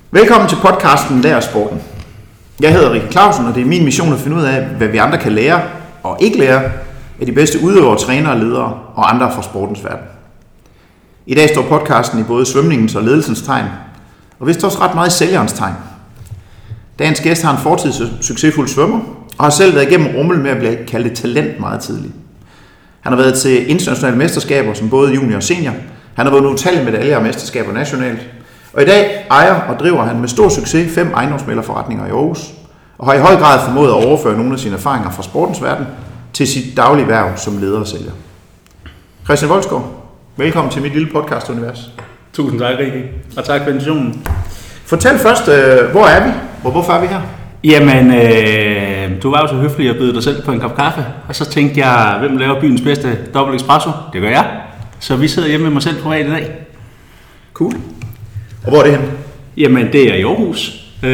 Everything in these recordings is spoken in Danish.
Velkommen til podcasten Lær Sporten. Jeg hedder Rikke Clausen, og det er min mission at finde ud af, hvad vi andre kan lære og ikke lære af de bedste udøvere, trænere, ledere og andre fra sportens verden. I dag står podcasten i både svømningens og ledelsens tegn, og vist også ret meget i sælgerens tegn. Dagens gæst har en fortid succesfuld svømmer, og har selv været igennem rummel med at blive kaldt et talent meget tidligt. Han har været til internationale mesterskaber som både junior og senior. Han har vundet utallige medaljer og mesterskaber nationalt. Og i dag ejer og driver han med stor succes 5 ejendomsmæglerforretninger i Aarhus, og har i høj grad formået at overføre nogle af sine erfaringer fra sportens verden til sit daglige værv som leder og sælger. Christian Voldsgaard, velkommen til mit lille podcast-univers. Tusind tak, Rikke, og tak for invitationen. Fortæl først, hvor er vi, og hvorfor er vi her? Jamen, du var jo så høflig at byde dig selv på en kop kaffe, og så tænkte jeg, hvem laver byens bedste dobbelt espresso? Det gør jeg. Så vi sidder hjemme med mig selv privat i dag. Cool. Og hvor er det henne? Jamen, det er i Aarhus. Ja.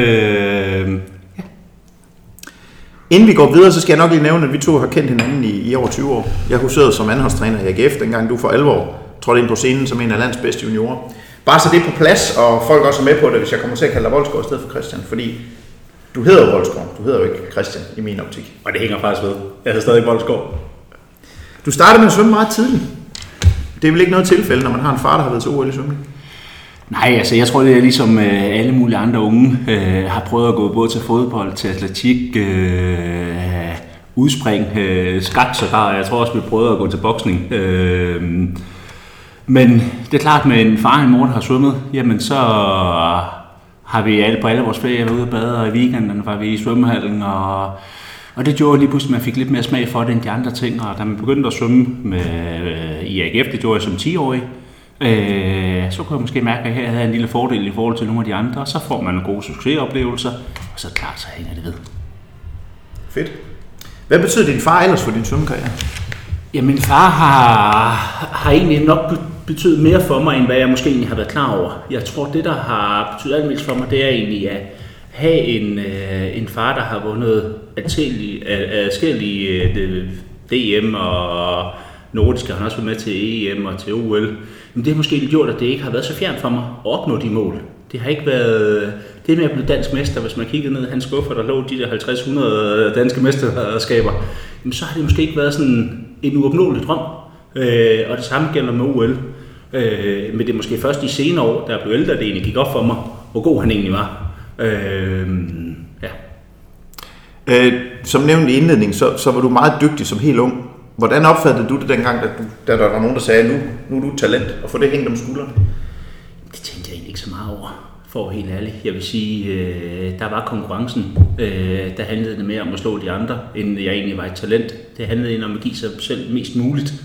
Inden vi går videre, så skal jeg nok lige nævne, at vi to har kendt hinanden i over 20 år. Jeg huserede som andenholdstræner i AGF, dengang du for 11 år trådte ind på scenen som en af landets bedste juniorer. Bare så det er på plads, og folk også er med på det, hvis jeg kommer til at kalde dig Voldsgaard i stedet for Christian. Fordi du hedder Voldsgaard, du hedder jo ikke Christian i min optik. Og det hænger faktisk ved. Jeg hedder stadig Voldsgaard. Du startede med at svømme meget tidligt. Det er vel ikke noget tilfælde, når man har en far, der har været til OL i svømning? Nej, altså jeg tror, det er ligesom alle mulige andre unge har prøvet at gå både til fodbold, til atletik, udspring, skak sågar. Jeg tror også, vi prøvede at gå til boksning. Men det er klart, med en far og en mor, der har svømmet, jamen så har vi på alle vores ferier været ude og bade, og i weekenden var vi i svømmehallen, og det gjorde lige pludselig, at man fik lidt mere smag for det end de andre ting. Og da man begyndte at svømme i AGF, det gjorde jeg som 10-årig, så kunne jeg måske mærke, at jeg havde en lille fordel i forhold til nogle af de andre, og så får man nogle gode succesoplevelser, og så klart, så hænger det ved. Fedt. Hvad betyder din far ellers for din svømmekarriere? Ja, min far har egentlig nok betydet mere for mig, end hvad jeg måske egentlig har været klar over. Jeg tror, det der har betydet allermest for mig, det er egentlig at have en far, der har vundet adskillige DM og nordiske, han har også været med til EM og til OL. Men det har måske gjort, at det ikke har været så fjernt for mig at opnå de mål. Det har ikke været det med at blive dansk mester, hvis man kiggede ned i hans skuffer, der lå de der 50-100 danske mesterskaber, så har det måske ikke været sådan en uopnåelig drøm. Og det samme gælder med OL. Men det er måske først i senere år, der blev ældre, det egentlig gik op for mig, hvor god han egentlig var. Ja. Som nævnt i indledningen, så var du meget dygtig som helt ung. Hvordan opfattede du det dengang, da der var nogen, der sagde, nu er du et talent, og få det hængt om skulderen? Det tænkte jeg egentlig ikke så meget over, for at være helt ærlig. Jeg vil sige, der var konkurrencen, der handlede det mere om at slå de andre, end jeg egentlig var et talent. Det handlede egentlig om at give sig selv mest muligt.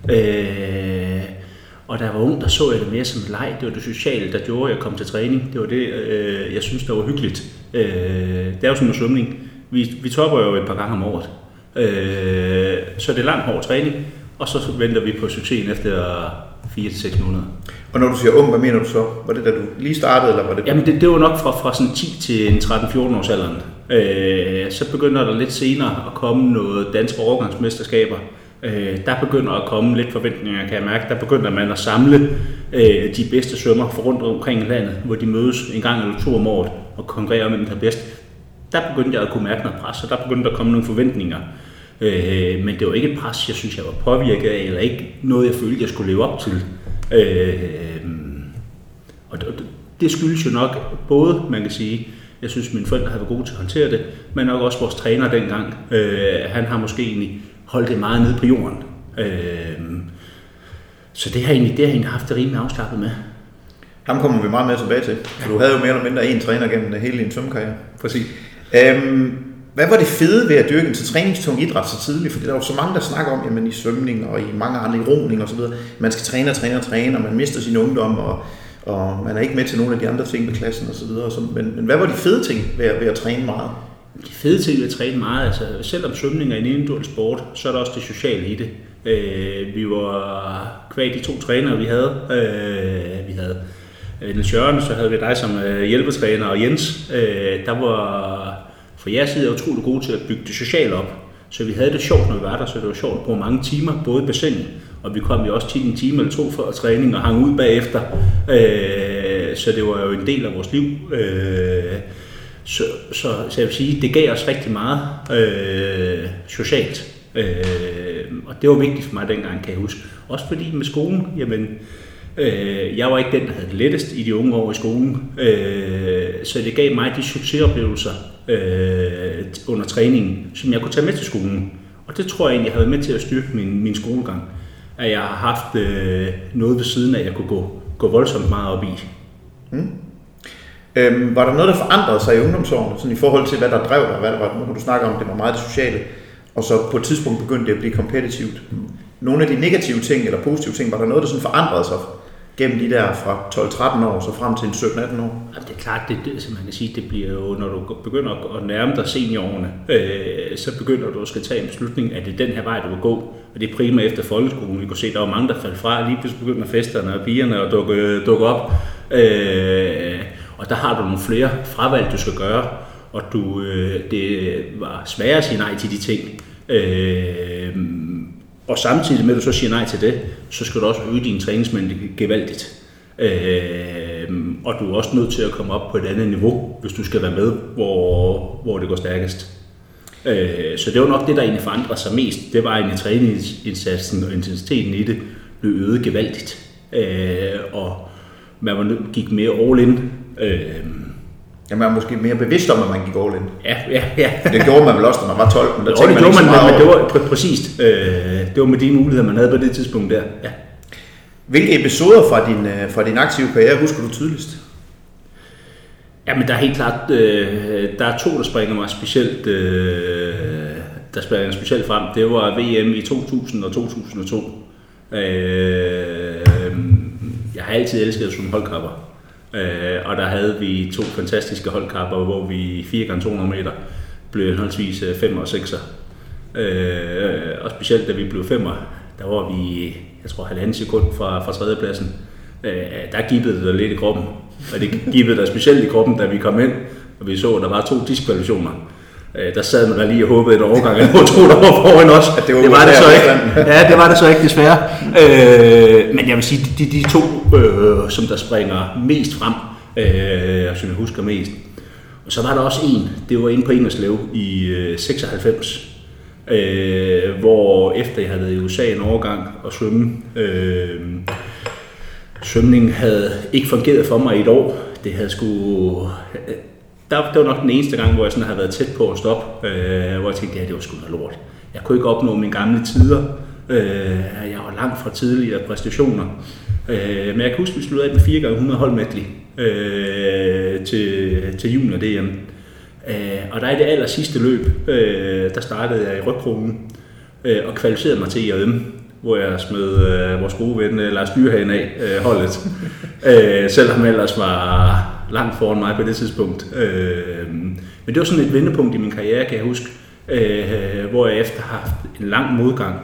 Og da jeg var ung, der så jeg det mere som et leg. Det var det sociale, der gjorde, at jeg kom til træning. Det var det, jeg synes, der var hyggeligt. Det er jo sådan en svømning. Vi topper jo et par gange om året. Så det er lang hård træning, og så venter vi på succesen efter 4-6 måneder. Og når du siger ung, hvad mener du så? Var det da du lige startede, eller var det? Jamen det var nok fra sådan 10 til 13-14 års alderen. Så begynder der lidt senere at komme noget danske overgangsmesterskaber. Der begynder at komme lidt forventninger, kan jeg mærke. Der begynder man at samle de bedste svømmer fra rundt omkring i landet, hvor de mødes en gang eller 2 om året og konkurrerer om, hvem der er bedst. Der begyndte jeg at kunne mærke noget pres, og der begyndte der at komme nogle forventninger. Men det var ikke et pres, jeg synes, jeg var påvirket af, eller ikke noget, jeg følte, jeg skulle leve op til. Og det skyldes jo nok både, man kan sige, jeg synes, mine forældre har været gode til at håndtere det, men nok også vores træner dengang. Han har måske egentlig holdt det meget nede på jorden. Så det har jeg egentlig haft det rimelig afslappet med. Ham kommer vi meget mere tilbage til, for du havde jo mere eller mindre en træner gennem hele din svømmekarriere. Præcis. Hvad var det fede ved at dyrke en til træningstung idræt så tidligt? Fordi der er jo så mange, der snakker om, jamen i svømning og i mange andre, i roning og så videre. Man skal træne, og man mister sin ungdom, og man er ikke med til nogle af de andre ting ved klassen og så videre. Men hvad var de fede ting ved at træne meget? De fede ting ved at træne meget, altså selvom svømning er en individuel sport, så er der også det sociale i det. Vi var kvad de 2 trænere, vi havde. Vi havde Niels Jørgen, så havde vi dig som hjælpetræner, og Jens, der var fra jeres side utrolig gode til at bygge det sociale op. Så vi havde det sjovt, når vi var der, så det var sjovt at bruge mange timer, både i bassinet, og vi kom jo også tit en time eller 2 før træning og hang ud bagefter. Så det var jo en del af vores liv. Så jeg vil sige, det gav os rigtig meget socialt. Og det var vigtigt for mig dengang, kan jeg huske. Også fordi med skolen, jamen, jeg var ikke den, der havde det lettest i de unge år i skolen. Så det gav mig de succesoplevelser under træningen, som jeg kunne tage med til skolen. Og det tror jeg egentlig, jeg havde med til at styrke min skolegang. At jeg har haft noget ved siden af, at jeg kunne gå voldsomt meget op i. Var der noget, der forandrede sig i ungdomsårene, sådan i forhold til, hvad der drev dig? Hvad der var, nu kan du snakke om, det var meget det sociale, og så på et tidspunkt begyndte det at blive kompetitivt. Nogle af de negative ting, eller positive ting, var der noget, der sådan forandrede sig gennem de der fra 12-13 år, så frem til 17-18 år? Jamen, det er klart, som man kan sige, det bliver jo, når du begynder at nærme dig seniorårene, så begynder du at skal tage en beslutning, at det er den her vej, du vil gå. Og det er primært efter folkeskolen. Vi kunne se, at der var mange, der faldt fra. Lige pludselig begynder festerne og pigerne at dukke op. Og der har du nogle flere fravalg, du skal gøre. Og det var sværere at sige nej til de ting. Og samtidig med, at du så siger nej til det, så skal du også øge din træningsmængde gevaldigt. Og du er også nødt til at komme op på et andet niveau, hvis du skal være med, hvor det går stærkest. Så det var nok det, der egentlig forandrede sig mest. Det var egentlig træningsindsatsen og intensiteten i det blev øget gevaldigt. Og man gik mere all in. Ja, man var måske mere bevidst om, at man gik all in. Ja. Det gjorde man vel også, når man var 12, men der det tænkte man ikke så meget men det var præcist. Det var med de muligheder, man havde på det tidspunkt der. Ja. Hvilke episoder fra din aktive karriere husker du tydeligst? Jamen, der er helt klart, der er to, der springer mig specielt, frem. Det var VM i 2000 og 2002. Jeg har altid elsket som holdkapper. Og der havde vi 2 fantastiske holdkapper, hvor vi 4x200 meter blev henholdsvis 5 og 6'er. Og specielt da vi blev 5'er, der var vi, jeg tror, 1,5 sekund fra tredjepladsen. Der gibbede det lidt i kroppen. Og det gibbede der specielt i kroppen, da vi kom ind, og vi så, at der var 2 diskvalifikationer. Der sad man der lige og håbede et overgang, at jeg troede, der var foran os. Det var det så ikke. Ja, det var det så ikke, desværre. Men jeg vil sige, de 2, som der springer mest frem, som jeg husker mest. Og så var der også en, det var inde på Ingerslev i 96, hvor efter jeg havde været i USA en overgang og svømme, svømningen havde ikke fungeret for mig i et år. Det havde det var nok den eneste gang, hvor jeg sådan havde været tæt på at stoppe, hvor jeg tænkte, ja, det var sgu noget lort. Jeg kunne ikke opnå mine gamle tider. Jeg var langt fra tidligere præstationer. Men jeg kan huske, at vi sluttede af med 4x100 holdmedley til junior DM. Og der i det aller sidste løb, der startede jeg i rygkrogen og kvalificerede mig til IRM, hvor jeg smed vores gode ven Lars Dyrhagen af holdet. Selvom ellers var langt foran mig på det tidspunkt. Men det var sådan et vendepunkt i min karriere, kan jeg huske, hvor jeg efter har haft en lang modgang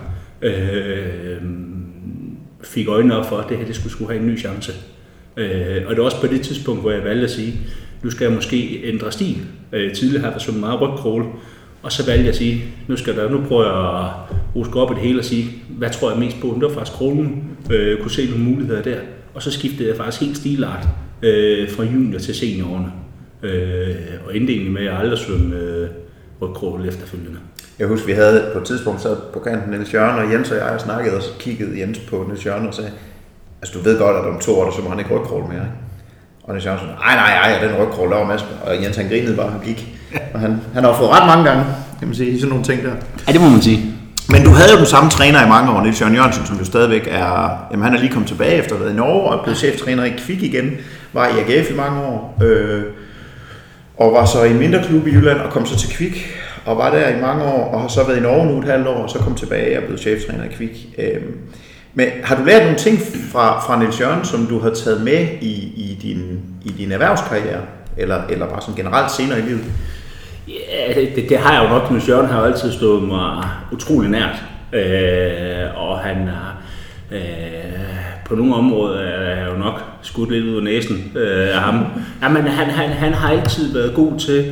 fik øjnene op for, at det her det skulle have en ny chance. Og det var også på det tidspunkt, hvor jeg valgte at sige, nu skal jeg måske ændre stil. Tidligere har jeg været meget rygkrål, og så valgte jeg at sige, nu prøver jeg at ruske op i det hele og sige, hvad tror jeg mest på? Det var faktisk krålen, kunne se nogle muligheder der. Og så skiftede jeg faktisk helt stilart fra junior til seniorårene. Og endte egentlig med at aldrig svømme rygkrål efterfølgende. Jeg husker, vi havde på et tidspunkt så på kanten Niels Jørgen og Jens og jeg snakkede, og så kiggede Jens på Niels Jørgen og sagde, altså du ved godt, at om 2 år, så må han ikke rygkrål mere, ikke? Og Niels Jørgen sagde, nej, den rygkrål, der var masser. Og Jens han grinede bare, han gik. Og han har fået ret mange gange, kan man sige, sådan nogle ting der. Ja, det må man sige. Men du havde jo den samme træner i mange år, Niels Jørgen Jørgensen, som jo stadigvæk er, jamen han er lige kommet tilbage efter at have været i Norge og er blevet cheftræner i Kvik igen, var i AGF i mange år, og var så i en mindre klub i Jylland og kom så til Kvik og var der i mange år og har så været i Norge nu et halvt år og så kom tilbage og er blevet cheftræner i Kvik. Men har du lært nogle ting fra Niels Jørgen, som du har taget med i din erhvervskarriere, eller bare sådan generelt senere i livet? Ja, det har jeg jo nok. Niels Jørgen har jo altid stået mig utrolig nært, og han har på nogle områder er jo nok skudt lidt ud af næsen af ham. Jamen, han har altid været god til,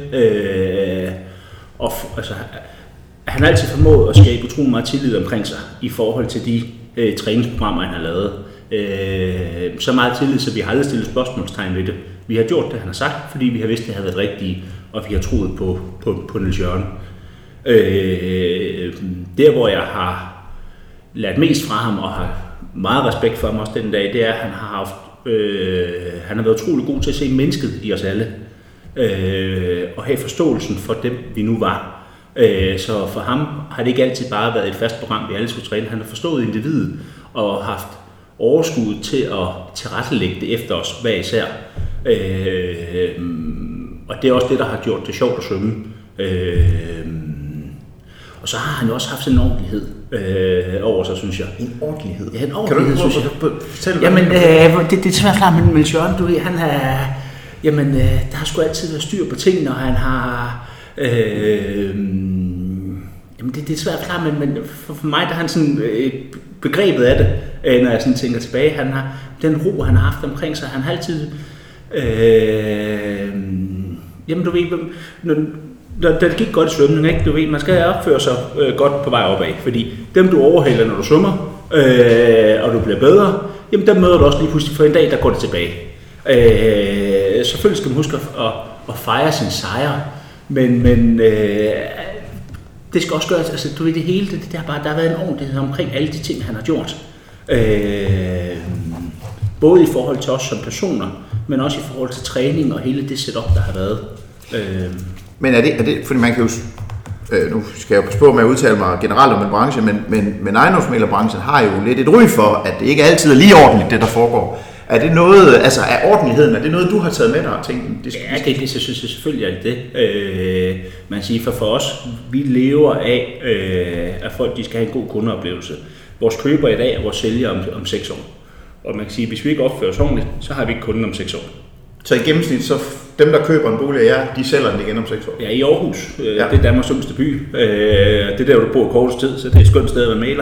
han har altid formået at skabe utrolig meget tillid omkring sig i forhold til de træningsprogrammer, han har lavet. Så meget tillid, så vi har aldrig stillet spørgsmålstegn ved det. Vi har gjort det, han har sagt, fordi vi har vidst, det har været rigtigt, og vi har troet på Niels Jørgen. Der, hvor jeg har lært mest fra ham, og har meget respekt for ham også den dag, det er, at han har været utrolig god til at se mennesket i os alle, og have forståelsen for dem, vi nu var. Så for ham har det ikke altid bare været et fast program, vi alle skulle træne. Han har forstået individet og haft overskud til at tilrettelægge det efter os hver især. Og det er også det, der har gjort det sjovt at svømme. Og så har han jo også haft en ordentlighed over sig, synes jeg. En ordentlighed? Ja, en ordentlighed, synes jeg. Fortæl jamen, det er svært klart, men Jørgen, du ved, han er... Jamen, der har sgu altid været styr på tingene, og han har... Jamen, det er svært klart, men for mig, der er han sådan begrebet af det, når jeg sådan tænker tilbage. Han har den ro, han har haft omkring sig. Han har altid... jamen, du ved... Da det gik godt i svømning, ikke? Du ved, man skal opføre sig godt på vej opad, fordi dem du overhælder, når du svømmer, og du bliver bedre, jamen dem møder du også lige pludselig for en dag, der går det tilbage. Selvfølgelig skal man huske at fejre sin sejre, men det skal også gøres, altså du ved det hele, det der bare, der har været en ordentlighed omkring alle de ting, han har gjort. Både i forhold til os som personer, men også i forhold til træning og hele det setup, der har været. Men er det, fordi man kan jo, nu skal jeg jo passe på med at udtale mig generelt om en branche, men ejendomsmæglerbranchen har jo lidt et ry for, at det ikke altid er lige ordentligt, det der foregår. Er det noget, altså er ordentligheden, er det noget, du har taget med dig og tænkt? Ja, det synes jeg selvfølgelig er det. Man siger, for os, vi lever af, at folk de skal have en god kundeoplevelse. Vores køber i dag er vores sælger om 6 år. Og man kan sige, at hvis vi ikke opfører os ordentligt, så har vi ikke kunden om 6 år. Så i gennemsnit, så dem, der køber en bolig af jer, de sælger den igen om 6 år? Ja, i Aarhus. Det er Danmarks største by. Det er der, du bor kortest tid, så det er et skønt sted at være maler.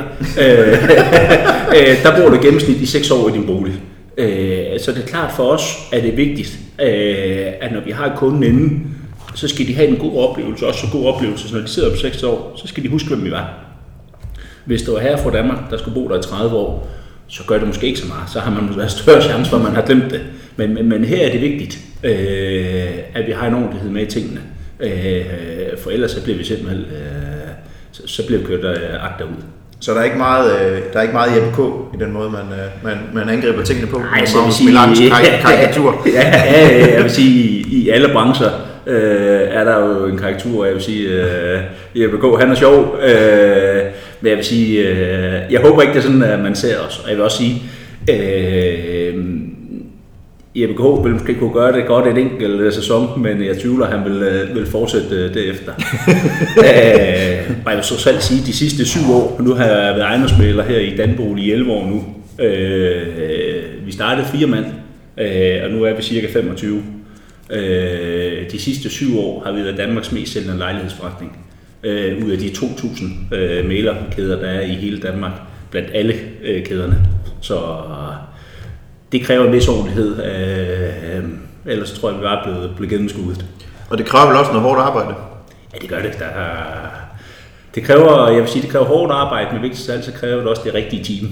Der bor du i gennemsnit i 6 år i din bolig. Så det er klart for os, at det er vigtigt, at når vi har kunden inden, så skal de have en god oplevelse, også så god oplevelse, så når de sidder om 6 år, så skal de huske, hvem vi var. Hvis det var her fra Danmark, der skulle bo der i 30 år, så gør det måske ikke så meget. Så har man måske større chance for, at man har glemt det. Men her er det vigtigt, at vi har en ordentlighed med i tingene. For ellers så bliver vi simpelthen så bliver vi kørt agterud. Så der er ikke meget Jeppe K. i den måde, man angriber tingene på? Nej, så jeg vil sige, karikatur. Jeg vil sige, i alle brancher er der jo en karikatur, jeg vil sige, Jeppe K. han er sjov, men jeg vil sige, jeg håber ikke, det er sådan, at man ser os, og jeg vil også sige, Jeppe K. vil måske kunne gøre det godt en enkelt sæson, men jeg tvivler, at han vil fortsætte derefter. Jeg vil så selv sige, de sidste 7 år, nu har jeg været ejendomsmægler her i Danbolig i 11 år nu. Vi startede 4 mand, og nu er vi cirka 25. De sidste 7 år har vi været Danmarks mest sælgende lejlighedsforretning. Ud af de 2.000 mæglerkæder, der er i hele Danmark, blandt alle kæderne. Så det kræver en vis ordentlighed, ellers tror jeg, vi var blevet gennemskuddet. Og det kræver vel også noget hårdt arbejde? Ja, det gør det. Det kræver, jeg vil sige, det kræver hårdt arbejde, men vigtigst af alt, så kræver det også det rigtige team.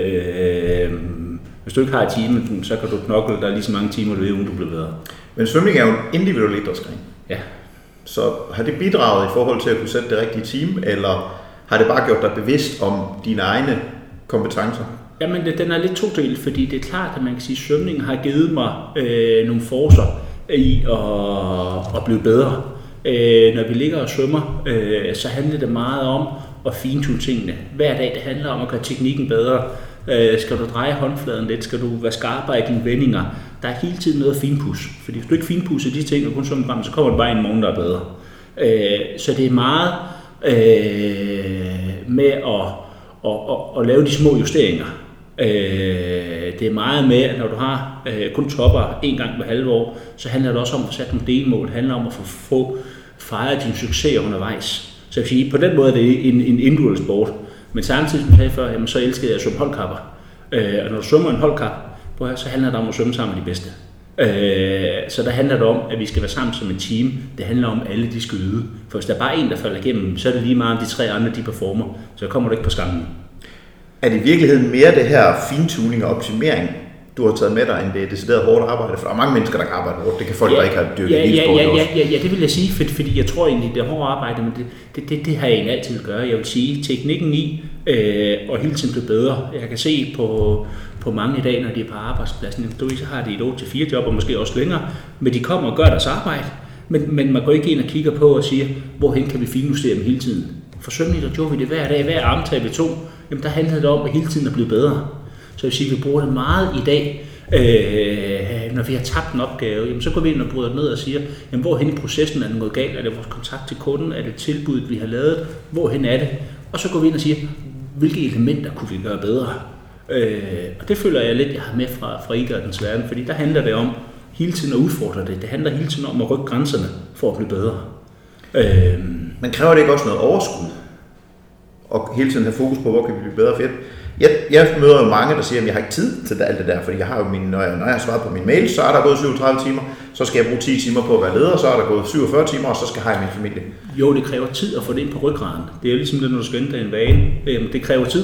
Hvis du ikke har et team, så kan du knokle der lige så mange timer, du ved, uden du bliver bedre. Men svømning er jo en individuel idrætsgren. Ja. Så har det bidraget i forhold til at kunne sætte det rigtige team, eller har det bare gjort dig bevidst om dine egne kompetencer? Jamen, den er lidt todelt, fordi det er klart, at man kan sige, at svømningen har givet mig nogle forcer i at blive bedre. Når vi ligger og svømmer, så handler det meget om at fintune tingene. Hver dag det handler om at gøre teknikken bedre. Skal du dreje håndfladen lidt? Skal du være skarpere i dine vendinger? Der er hele tiden noget at finpudse. Fordi hvis du ikke finpudser de ting, og kun svømmer frem, så kommer det bare en morgen, der er bedre. Så det er meget med at lave de små justeringer. Det er meget med, at når du har kun topper en gang hver halve år, så handler det også om at sætte nogle delmål. Det handler om at få fejret dine succeser undervejs. Så jeg vil sige, på den måde er det en individuel sport. Men samtidig, som jeg sagde før, jamen, så elsker jeg at svømme holdkapper. Og når du svømmer en holdkap, så handler det om at svømme sammen med de bedste. Så der handler det om, at vi skal være sammen som et team. Det handler om, at alle de skal yde. For hvis der er bare en, der falder igennem, så er det lige meget om de 3 andre, de performer. Så kommer du ikke på skammen. Er det i virkeligheden mere det her fintuning og optimering, du har taget med dig, end det decideret hårdt arbejde? For der er mange mennesker, der kan arbejde hårdt. Det kan folk, der ikke har dyrket e-sport også. Ja, det vil jeg sige, fordi jeg tror egentlig, det er hårdt arbejde, men det har jeg egentlig altid vil gøre. Jeg vil sige, teknikken i og hele tiden blive bedre. Jeg kan se på mange i dag, når de er på arbejdspladsen, så har de et 8-4 job, og måske også længere, men de kommer og gør deres arbejde. Men man går ikke ind og kigger på og siger, hvorhen kan vi finjustere dem hele tiden. For svømning, der gjorde vi det hver dag, hver armtag vi tog, jamen der handlede det om at hele tiden at blive bedre. Så jeg vil sige, at vi bruger det meget i dag, når vi har tabt en opgave, jamen, så går vi ind og bryder det ned og siger, jamen, hvorhen i processen er det gået galt? Er det vores kontakt til kunden? Er det tilbuddet, vi har lavet? Hvorhen er det? Og så går vi ind og siger, hvilke elementer kunne vi gøre bedre? Og det føler jeg lidt, jeg har med fra idrættens verden, fordi der handler det om hele tiden at udfordre det. Det handler hele tiden om at rykke grænserne for at blive bedre. Men kræver det ikke også noget overskud? Og hele tiden have fokus på, hvor kan vi blive bedre? For jeg møder jo mange, der siger, at jeg har ikke tid til alt det der, fordi jeg har jo når jeg har svaret på min mail, så er der gået 37 timer, så skal jeg bruge 10 timer på at være leder, så er der gået 47 timer, og så skal jeg have min familie. Jo, det kræver tid at få det ind på ryggraden. Det er jo ligesom det, når du skal ændre en vane. Det kræver tid.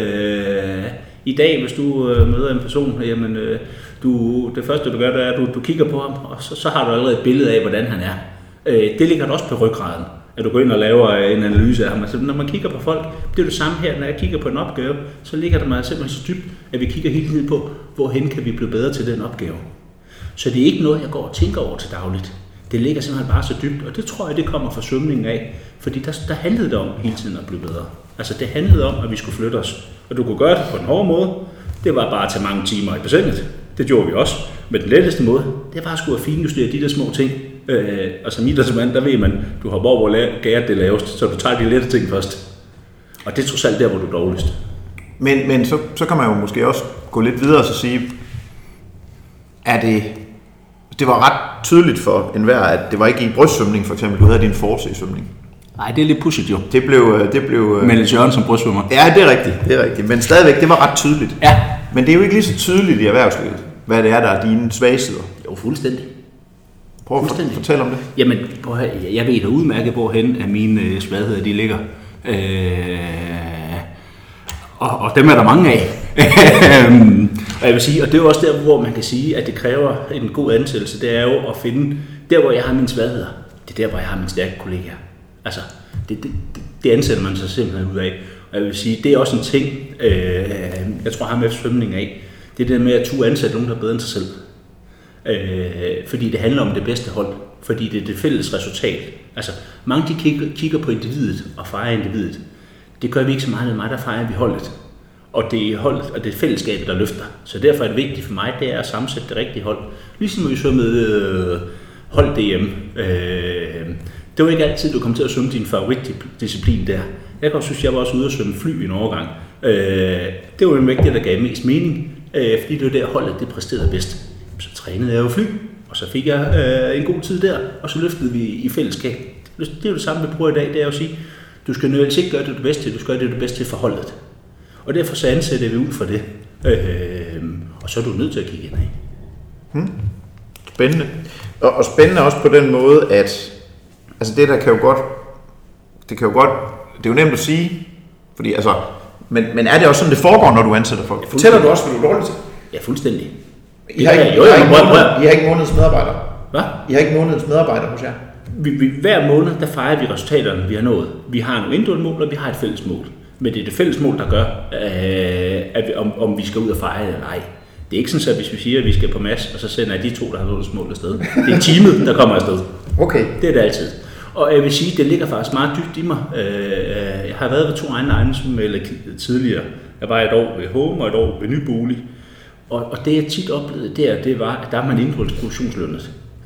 I dag, hvis du møder en person, jamen, det første du gør, det er, at du kigger på ham, og så har du allerede et billede af, hvordan han er. Det ligger også på ryggraden, at du går ind og laver en analyse af ham. Altså, når man kigger på folk, det er det samme her, når jeg kigger på en opgave, så ligger der mig simpelthen så dybt, at vi kigger hele tiden på, hvorhen kan vi blive bedre til den opgave. Så det er ikke noget, jeg går og tænker over til dagligt. Det ligger simpelthen bare så dybt, og det tror jeg, det kommer fra svømningen af, fordi der handlede det om hele tiden at blive bedre. Altså det handlede om, at vi skulle flytte os, og du kunne gøre det på en hård måde. Det var bare at tage mange timer i bassinet. Det gjorde vi også. Men den letteste måde, det var at skulle finjustere de der små ting. Og som idrætsmand, der ved man, du har hvor gæret det lavest, så du tager de lette ting først. Og det er trods alt der, hvor du er dårligst. Men så kan man jo måske også gå lidt videre og så sige, det var ret tydeligt for enhver, at det var ikke i brystsvømning for eksempel, du havde din force i svømning. Nej, det er lidt pudsigt jo. Det blev Niels Jørgen som brystsvømmer. Ja, det er rigtigt. Men stadigvæk, det var ret tydeligt. Ja. Men det er jo ikke lige så tydeligt i erhvervslivet, hvad det er, der er dine svage sider. Jo, fuldstændig. Prøv at fortælle om det. Jamen, jeg ved da udmærket, hvorhen af mine svagheder de ligger. Og dem er der mange af. Og jeg vil sige, og det er jo også der, hvor man kan sige, at det kræver en god ansættelse, det er jo at finde, der hvor jeg har mine svagheder, det er der, hvor jeg har mine stærke kollegaer. Altså, det ansætter man sig simpelthen ud af. Og jeg vil sige, det er også en ting, jeg tror, jeg har med svømning af, det er det med at turde ansætte nogen, der er bedre end sig selv. Fordi det handler om det bedste hold, fordi det er det fælles resultat. Altså, mange de kigger på individet og fejrer individet. Det gør vi ikke så meget med mig, der fejrer vi holdet. Og det er holdet, og det er fællesskabet, der løfter. Så derfor er det vigtigt for mig, det er at sammensætte det rigtige hold. Ligesom vi svømmede hold DM. Det var ikke altid, du kom til at svømme din favoritdisciplin der. Jeg kan også synes, jeg var også ude at svømme fly i en overgang. Det var jo ikke det, der gav mest mening, fordi det var der holdet, det præsterede bedst. Så trænede jeg jo fly, og så fik jeg en god tid der, og så løftede vi i fællesskab. Det er jo det samme, vi bruger i dag, det er jo at sige, du skal nødvendigvis ikke gøre det bedste til, du skal gøre det bedste til for holdet. Og derfor så ansætter vi ud for det. Og så er du nødt til at kigge ind af. Spændende. Og spændende også på den måde, at altså det der kan jo godt, det er jo nemt at sige, fordi altså, men er det også sådan, det foregår, når du ansætter folk? Fortæller du også, hvad du er dårlig til? Ja, fuldstændig. I har ikke månedens medarbejdere. Hvad? I har ikke månedens medarbejdere hos jer? Hver måned, der fejrer vi resultaterne, vi har nået. Vi har nogle individuelle mål, og vi har et fælles mål. Men det er det fælles mål, der gør, om vi skal ud og fejre eller ej. Det er ikke sådan, at hvis vi siger, at vi skal på mas, og så sender jeg de to, der har nået mål afsted. Det er teamet, der kommer afsted. Okay. Det er det altid. Og jeg vil sige, det ligger faktisk meget dybt i mig. Jeg har været ved 2 ejendomsmæglere tidligere. Jeg var et år ved Home og et år ved Nybolig. Og det jeg tit oplevede det var, at der er man indholdt produktionslønnet.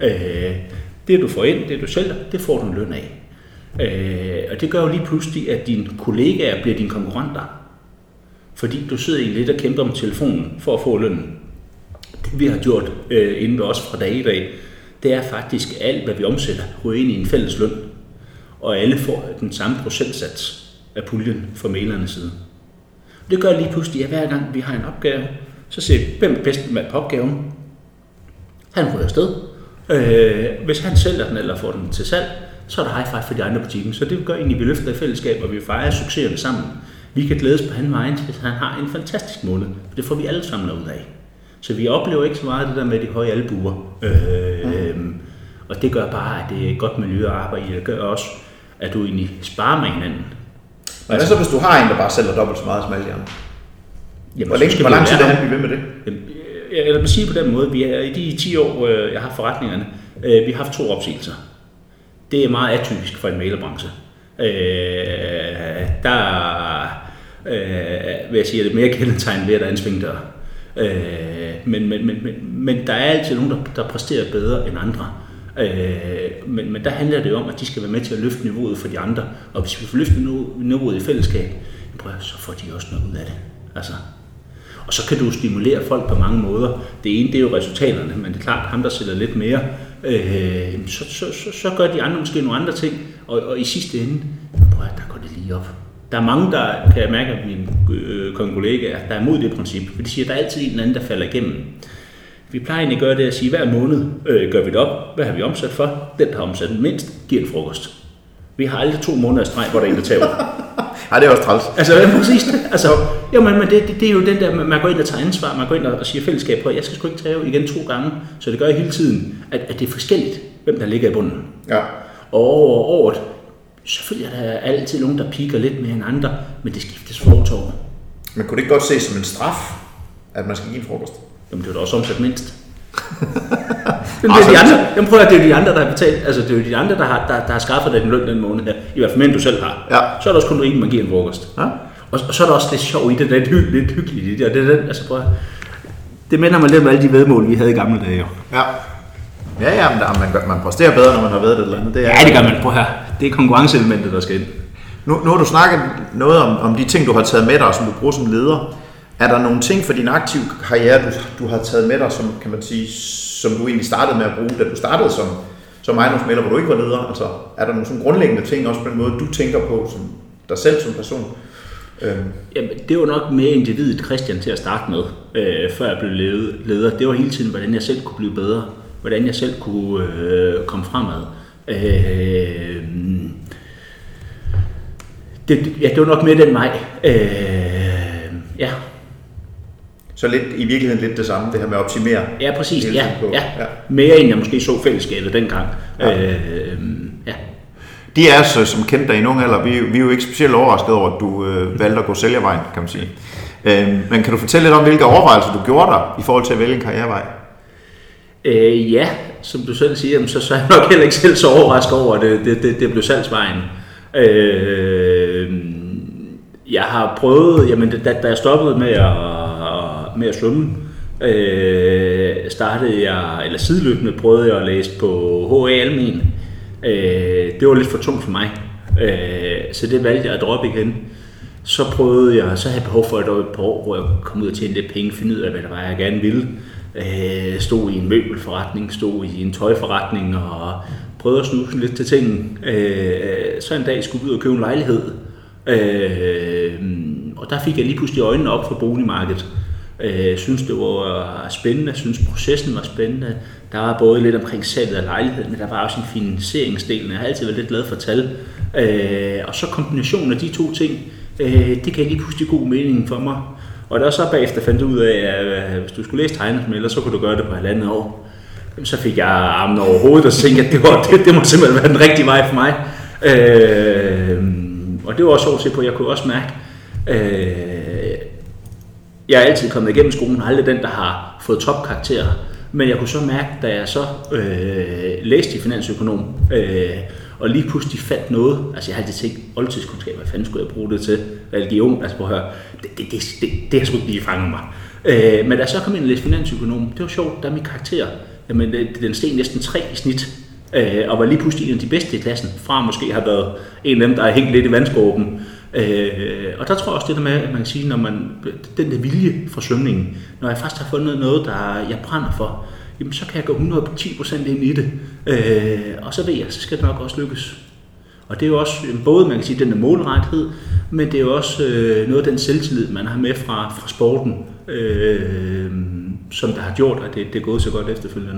Det du får ind, det du sælger, det får du en løn af. Og det gør jo lige pludselig, at dine kollegaer bliver dine konkurrenter. Fordi du sidder egentlig lidt og kæmper med telefonen for at få lønnen. Det vi har gjort inden ved os fra dag i dag, det er faktisk alt, hvad vi omsætter, ryger ind i en fælles løn. Og alle får den samme procentsats af puljen fra mailernes side. Det gør lige pludselig, at hver gang vi har en opgave, så ser vi, hvem er bedst med på opgaven. Han ryger afsted. Hvis han sælger den eller får den til salg, så er der high five for de andre butikker. Så det gør egentlig, at vi løfter i fællesskab, og vi fejrer succeserne sammen. Vi kan glædes på hans vegne, hvis han har en fantastisk måned. Det får vi alle sammen ud af. Så vi oplever ikke så meget det der med de høje albuer. Og det gør bare, at det er et godt miljø at arbejde i. Det gør også, at du egentlig sparer med hinanden. Men hvad så, hvis du har en, der bare sælger dobbelt så meget som alle de andre? Hvor lang tid vil han blive ved med det? Jeg vil sige på den måde, vi er i de 10 år, jeg har forretningerne, vi har haft 2 opsigelser. Det er meget atypisk for en mailerbranche. Der vil jeg sige, at det er mere kendetegn ved, at der er en svingdør. Men der er altid nogen, der præsterer bedre end andre. Men der handler det jo om, at de skal være med til at løfte niveauet for de andre. Og hvis vi får løftet niveauet i fællesskab, så får de også noget ud af det. Altså. Og så kan du stimulere folk på mange måder. Det ene, det er jo resultaterne, men det er klart, at ham, der sælger lidt mere, så gør de andre måske nogle andre ting. Og i sidste ende, der går det lige op. Der er mange, der kan jeg mærke, at mine kollegaer, der er imod det princip. For de siger, at der er altid en eller anden, der falder igennem. Vi plejer egentlig at gøre det at sige, hver måned gør vi det op. Hvad har vi omsat for? Den, der har omsat den mindst, giver en frokost. Vi har aldrig 2 måneder i streg, hvor der er en, der tager. Nej, det er også træls. Altså, præcis det. Altså, men det er jo den der, man går ind og tager ansvar, man går ind og siger fællesskab på, jeg skal sgu ikke tage igen 2 gange. Så det gør jeg hele tiden, at det er forskelligt, hvem der ligger i bunden. Ja. Og over året, selvfølgelig er der altid nogen, der piker lidt mere end andre, men det skiftes fortår. Men kunne det ikke godt ses som en straf, at man skal give en frokost? Jamen, det er jo da også omsat mindst. Det er jo de andre, der har betalt. Altså, det er jo de andre, der har skaffet dig den løn den måned her. I hvert fald mere, end du selv har. Ja. Så er der også kun rimeligt, man giver en frokost. Ja. Og så er der også lidt sjov i det, lidt hyggeligt i det. Og det er den, altså, det minder mig lidt om alle de vedmål, vi havde i gamle dage. Jo. Ja. Ja, men man præsterer bedre, når man har været det eller andet. Det gør man på her. Det er konkurrenceelementet, der skal ind. Nu har du snakket noget om de ting, du har taget med dig, og som du bruger som leder. Er der nogle ting for din aktive karriere, du har taget med dig, som, kan man sige, som du egentlig startede med at bruge, da du startede som ejendomsmægler, hvor du ikke var leder? Altså, er der nogle sådan grundlæggende ting, også på den måde, du tænker på som dig selv som person? Jamen, det var nok mere individet Christian til at starte med, før jeg blev leder. Det var hele tiden, hvordan jeg selv kunne blive bedre, hvordan jeg selv kunne komme fremad. Det var nok mere den vej. Ja. Så lidt, i virkeligheden lidt det samme, det her med at optimere. Ja, præcis. Ja. Mere end jeg måske så fællesskabet dengang. Ja. De er så, som kendte dig i nogen alder, vi er jo ikke specielt overrasket over, at du valgte at gå sælgervejen, kan man sige. Men kan du fortælle lidt om, hvilke overvejelser du gjorde dig i forhold til at vælge en karrierevej? Ja, som du selv siger, så er jeg nok heller ikke selv så overrasket over, at det blev salgsvejen. Jeg har prøvet, jamen da jeg stoppede med at svømme, sideløbende prøvede jeg at læse på HA Almen. Det var lidt for tungt for mig, så det valgte jeg at droppe igen. Så havde jeg behov for et par år, hvor jeg kom ud og tjene lidt penge, finde ud af, hvad det var, jeg gerne ville. Stod i en møbelforretning, stod i en tøjforretning og prøvede at snuse lidt til tingene. Så en dag skulle jeg ud og købe en lejlighed. Og der fik jeg lige pludselig øjnene op for boligmarkedet. Jeg synes det var spændende, jeg synes processen var spændende. Der var både lidt omkring salget af lejligheden, men der var også en finansieringsdel. Jeg har altid været lidt glad for tal. Og så kombinationen af de 2 ting, det gav lige pludselig god mening for mig. Og der så bagefter fandt ud af, at hvis du skulle læse ejendomsmægler, så kunne du gøre det på 1,5 år. Så fik jeg armen over hovedet og tænkte, at det må simpelthen være den rigtige vej for mig. Og det var også sjovt at se på, at jeg kunne også mærke, jeg er altid kommet igennem skolen, aldrig den, der har fået topkarakterer. Men jeg kunne så mærke, da jeg så læste i finansøkonom, og lige pludselig fandt noget, altså jeg har altid tænkt, oldtidskundskab, hvad fanden skulle jeg bruge det til? Religion, altså prøv at høre, det har sgu ikke lige fanget mig. Men da jeg så kom ind og læste finansøkonom, det var sjovt, der er min karakter, jamen den steg næsten 3 i snit, og var lige pludselig en af de bedste i klassen, fra måske har været en af dem, der har hængt lidt i vandskåben. Og der tror jeg også det der med, at man kan sige, når den der vilje fra svømningen, når jeg faktisk har fundet noget, der jeg brænder for, jamen så kan jeg gå 110% ind i det, og så ved jeg, så skal det nok også lykkes. Og det er jo også både, man kan sige, den der målrethed, men det er jo også noget af den selvtillid, man har med fra sporten, som der har gjort, at det er gået så godt efterfølgende.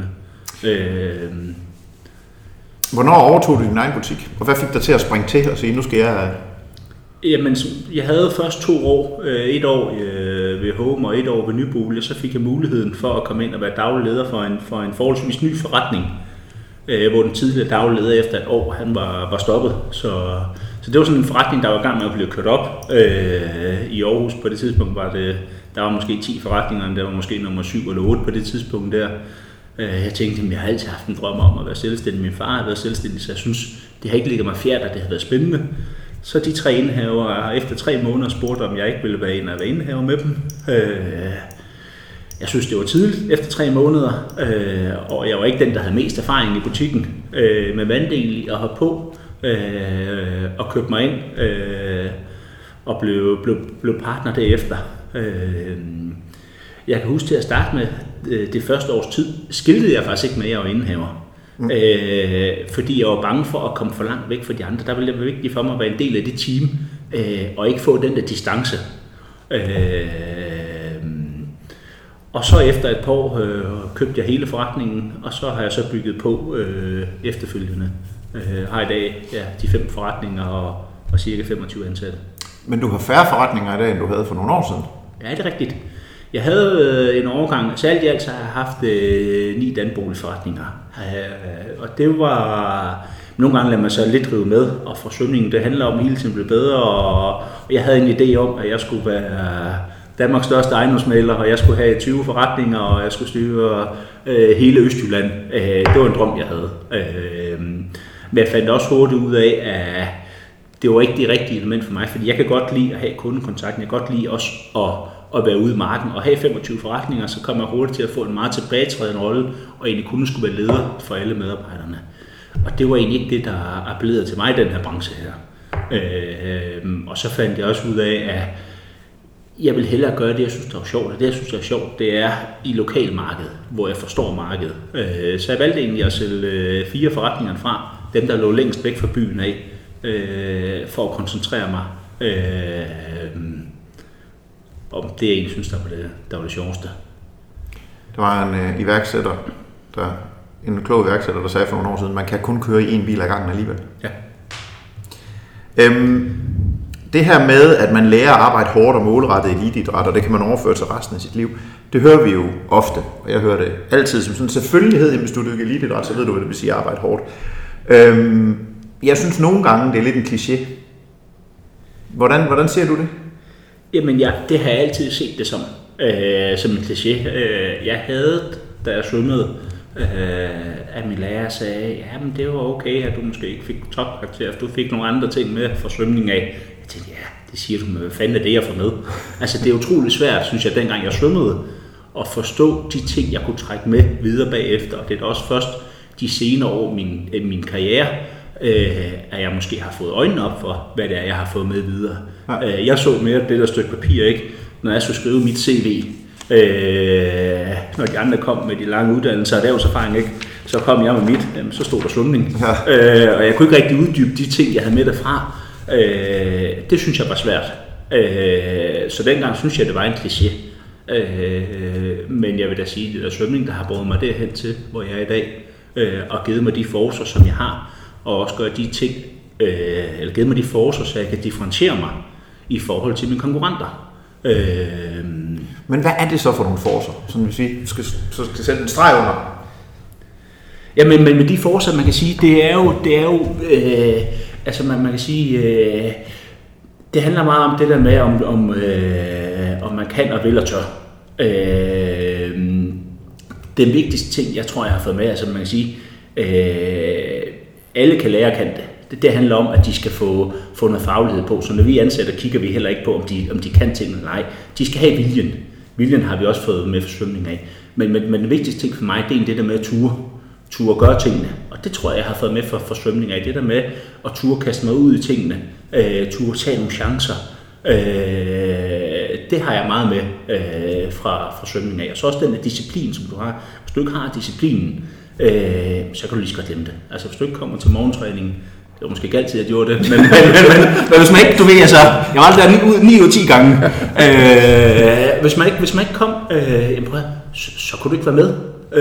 Hvornår overtog du din egen butik? Og hvad fik dig til at springe til og sige, nu skal jeg... Jamen, jeg havde først 2 år. 1 år ved Home og 1 år ved Nybolig, og så fik jeg muligheden for at komme ind og være daglig leder for en forholdsvis ny forretning, hvor den tidligere daglig leder efter 1 år, han var stoppet. Så det var sådan en forretning, der var i gang med at blive kørt op i Aarhus. På det tidspunkt der var måske 10 forretninger, der var måske nummer 7 eller 8 på det tidspunkt der. Jeg tænkte, at jeg har altid haft en drøm om at være selvstændig. Min far har været selvstændig, så jeg synes, det har ikke ligget mig fjert, at det har været spændende. Så de 3 indehaver efter 3 måneder spurgte, om jeg ikke ville være en af indehaver med dem. Jeg synes, det var tidligt efter 3 måneder, og jeg var ikke den, der havde mest erfaring i butikken med vanddel at hoppe på og købe mig ind og blev partner derefter. Jeg kan huske til at starte med det første års tid, skiltede jeg faktisk ikke med, at jeg var indehaver. Fordi jeg var bange for at komme for langt væk fra de andre. Der ville det være vigtigt for mig at være en del af det team, og ikke få den der distance. Og så efter et par år købte jeg hele forretningen, og så har jeg så bygget på efterfølgende. Har i dag de 5 forretninger og cirka 25 ansatte. Men du har færre forretninger i dag, end du havde for nogle år siden? Ja, det er rigtigt. Jeg havde en overgang, så alt i alt så har jeg haft 9 danboligforretninger. Og det var, nogle gange lader man så lidt rive med, og forsømningen, det handler om hele tiden blive bedre, og jeg havde en idé om, at jeg skulle være Danmarks største ejendomsmægler, og jeg skulle have 20 forretninger, og jeg skulle styre hele Østjylland. Det var en drøm, jeg havde. Men jeg fandt også hurtigt ud af, at det var ikke det rigtige element for mig, fordi jeg kan godt lide at have kundekontakten, jeg kan godt lide også at være ude i marken og have 25 forretninger, så kommer jeg hurtigt til at få en meget tilbagetrædende rolle, og egentlig kun skulle være leder for alle medarbejderne. Og det var egentlig ikke det, der appellerede til mig i den her branche her. Og så fandt jeg også ud af, at jeg vil hellere gøre det, jeg synes, der er sjovt. Og det, jeg synes, der er sjovt, det er i lokalmarkedet, hvor jeg forstår markedet. Så jeg valgte egentlig at sælge 4 forretninger fra, dem der lå længst væk fra byen af, for at koncentrere mig om det, jeg egentlig synes, der var det sjoveste. Der var en iværksætter, en klog iværksætter, der sagde for nogle år siden, man kan kun køre i 1 bil ad gangen alligevel. Ja. Det her med, at man lærer at arbejde hårdt og målrettet i eliteidræt, og det kan man overføre til resten af sit liv, det hører vi jo ofte, og jeg hører det altid som sådan en selvfølgelighed, hvis du dykker eliteidræt, så ved du, hvad det vil sige at arbejde hårdt. Jeg synes nogle gange, det er lidt en kliché. Hvordan ser du det? Jamen det har jeg altid set det som en kliché. Jeg havde, da jeg svømmede, at min lærer sagde, jamen det var okay, at du måske ikke fik topkarakter, for du fik nogle andre ting med for svømning af. Jeg tænkte, det siger du, men hvad fanden er det, jeg får med? Altså det er utroligt svært, synes jeg, dengang jeg svømmede, at forstå de ting, jeg kunne trække med videre bagefter. Og det er da også først de senere år min karriere, at jeg måske har fået øjnene op for, hvad det er, jeg har fået med videre. Ja. Jeg så mere det der stykke papir, ikke? Når jeg skulle skrive mit CV. Når de andre kom med de lange uddannelser og erhvervserfaring, ikke? Så kom jeg med mit, så stod der svømning. Ja. Og jeg kunne ikke rigtig uddybe de ting, jeg havde med derfra. Det synes jeg var svært. Så dengang synes jeg, det var en kliché. Men jeg vil da sige, at det er svømning, der har båret mig derhen til, hvor jeg er i dag, og givet mig de forcer, som jeg har, og også gøre de ting, eller givet mig de forcer, så jeg kan differentiere mig i forhold til mine konkurrenter. Men hvad er det så for nogle forcer, som vi siger, skal sætte en streg under? Ja, men med de forcer, man kan sige, det er jo altså man kan sige, det handler meget om det der med, om man kan og vil og tør. Den vigtigste ting, jeg tror, jeg har fået med, altså man kan sige, alle kan lære kan det. Det handler om, at de skal få noget faglighed på. Så når vi ansætter, kigger vi heller ikke på, om de kan tingene eller ej. De skal have viljen. Viljen har vi også fået med for svømning af. Men den vigtigste ting for mig, det er det der med at ture at gøre tingene. Og det tror jeg har fået med for svømning af. Det der med at ture kaste mig ud i tingene. Ture tage nogle chancer. Det har jeg meget med fra svømning af. Og så også den der disciplin, som du har. Hvis du ikke har disciplinen, så kan du lige så godt glemme det. Altså hvis du ikke kommer til morgentræningen, det var måske ikke altid, jeg gjorde det, men hvis man ikke, du ved, altså, jeg var aldrig der 9 ud af 10 gange. Hvis man ikke kom, så kunne du ikke være med.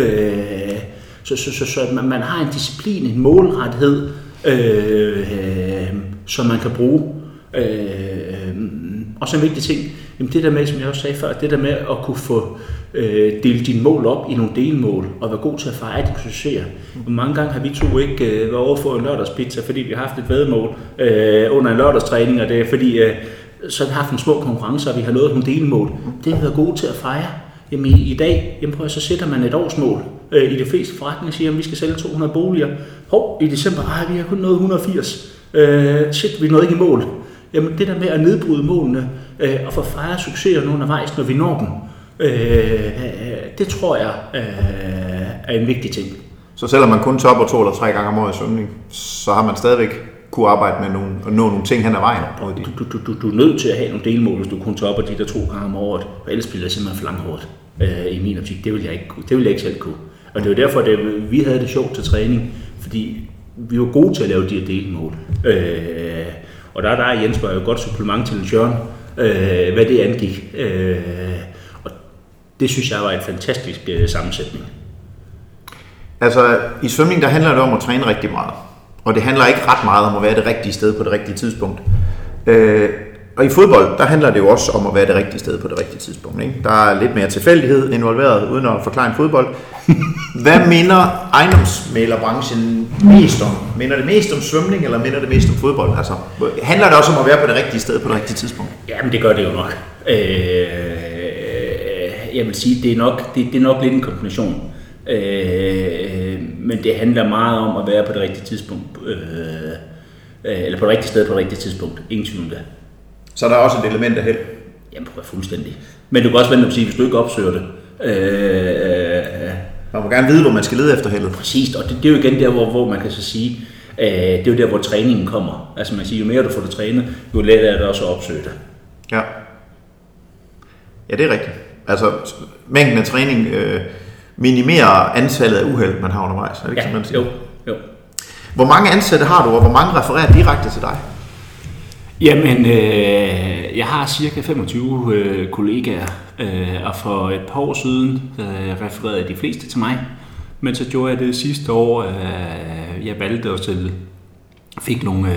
Så man har en disciplin, en målrethed, som man kan bruge. Og så en vigtig ting, jamen det der med, som jeg også sagde før, det der med at kunne få dele dine mål op i nogle delmål, og være god til at fejre dine succeser. Mange gange har vi to ikke været over for en lørdagspizza, fordi vi har haft et væddemål under en lørdagstræning, og det er fordi, så har vi haft en små konkurrencer, og vi har nået nogle delmål. Det har vi været gode til at fejre. Jamen i dag, så sætter man et årsmål i de fleste forretninger, siger, at vi skal sælge 200 boliger. I december, vi har kun nået 180. Vi nåede ikke i mål. Jamen det der med at nedbryde målene og få fejret succeser undervejs, når vi når dem, det tror jeg er en vigtig ting. Så selvom man kun topper 2 eller 3 gange om året i svømning, så har man stadigvæk kunne arbejde med og nå nogle ting hen ad vejen? Du er nødt til at have nogle delmål, hvis du kun topper de der 2 gange om året, og ellers bliver det simpelthen for langhårdt i min optik. Det vil jeg ikke selv kunne. Og det er jo derfor, at vi havde det sjovt til træning, fordi vi var gode til at lave de her delmål. Og der er Jens var jo et godt supplement til Jørgen, hvad det angik. Og det synes jeg var en fantastisk sammensætning. Altså i svømning, der handler det om at træne rigtig meget. Og det handler ikke ret meget om at være det rigtige sted på det rigtige tidspunkt. Og i fodbold, der handler det jo også om at være det rigtige sted på det rigtige tidspunkt. Ikke? Der er lidt mere tilfældighed involveret, uden at forklare en fodbold. Hvad minder ejendomsmæglerbranchen mest om? Minder det mest om svømning, eller minder det mest om fodbold? Altså, handler det også om at være på det rigtige sted på det rigtige tidspunkt? Jamen, det gør det jo nok. Jeg vil sige, det er nok lidt en kombination. Men det handler meget om at være på det rigtige tidspunkt. Eller på det rigtige sted på det rigtige tidspunkt. Ingen tvivl om det. Så der er også et element af held? Jamen, fuldstændig. Men du kan også vente at sige, hvis du ikke opsøger det. Man må gerne vide, hvor man skal lede efter heldet. Præcis, og det er jo igen der, hvor man kan så sige, det er jo der, hvor træningen kommer. Altså man siger, jo mere du får det trænet, jo lettere er det også at opsøge det. Ja. Ja, det er rigtigt. Altså, mængden af træning minimerer antallet af uheld, man har undervejs. Er det ikke sådan, man siger? Jo. Hvor mange ansatte har du, og hvor mange refererer direkte til dig? Jamen, jeg har cirka 25 kollegaer, og for et par år siden refererede de fleste til mig. Men så gjorde jeg det sidste år, jeg valgte at fik nogle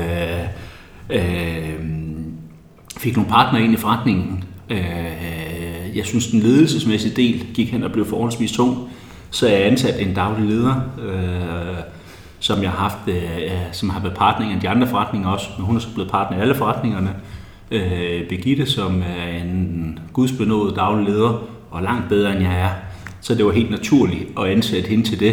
partnere ind i forretningen. Jeg synes, den ledelsesmæssige del gik hen og blev forholdsvis tung, så jeg ansatte en daglig leder, som jeg har haft, som har været partner i de andre forretninger også, men hun er så blevet partner i alle forretningerne. Birgitte, som er en gudsbenådet daglig leder, og langt bedre end jeg er. Så det var helt naturligt at ansætte hende til det,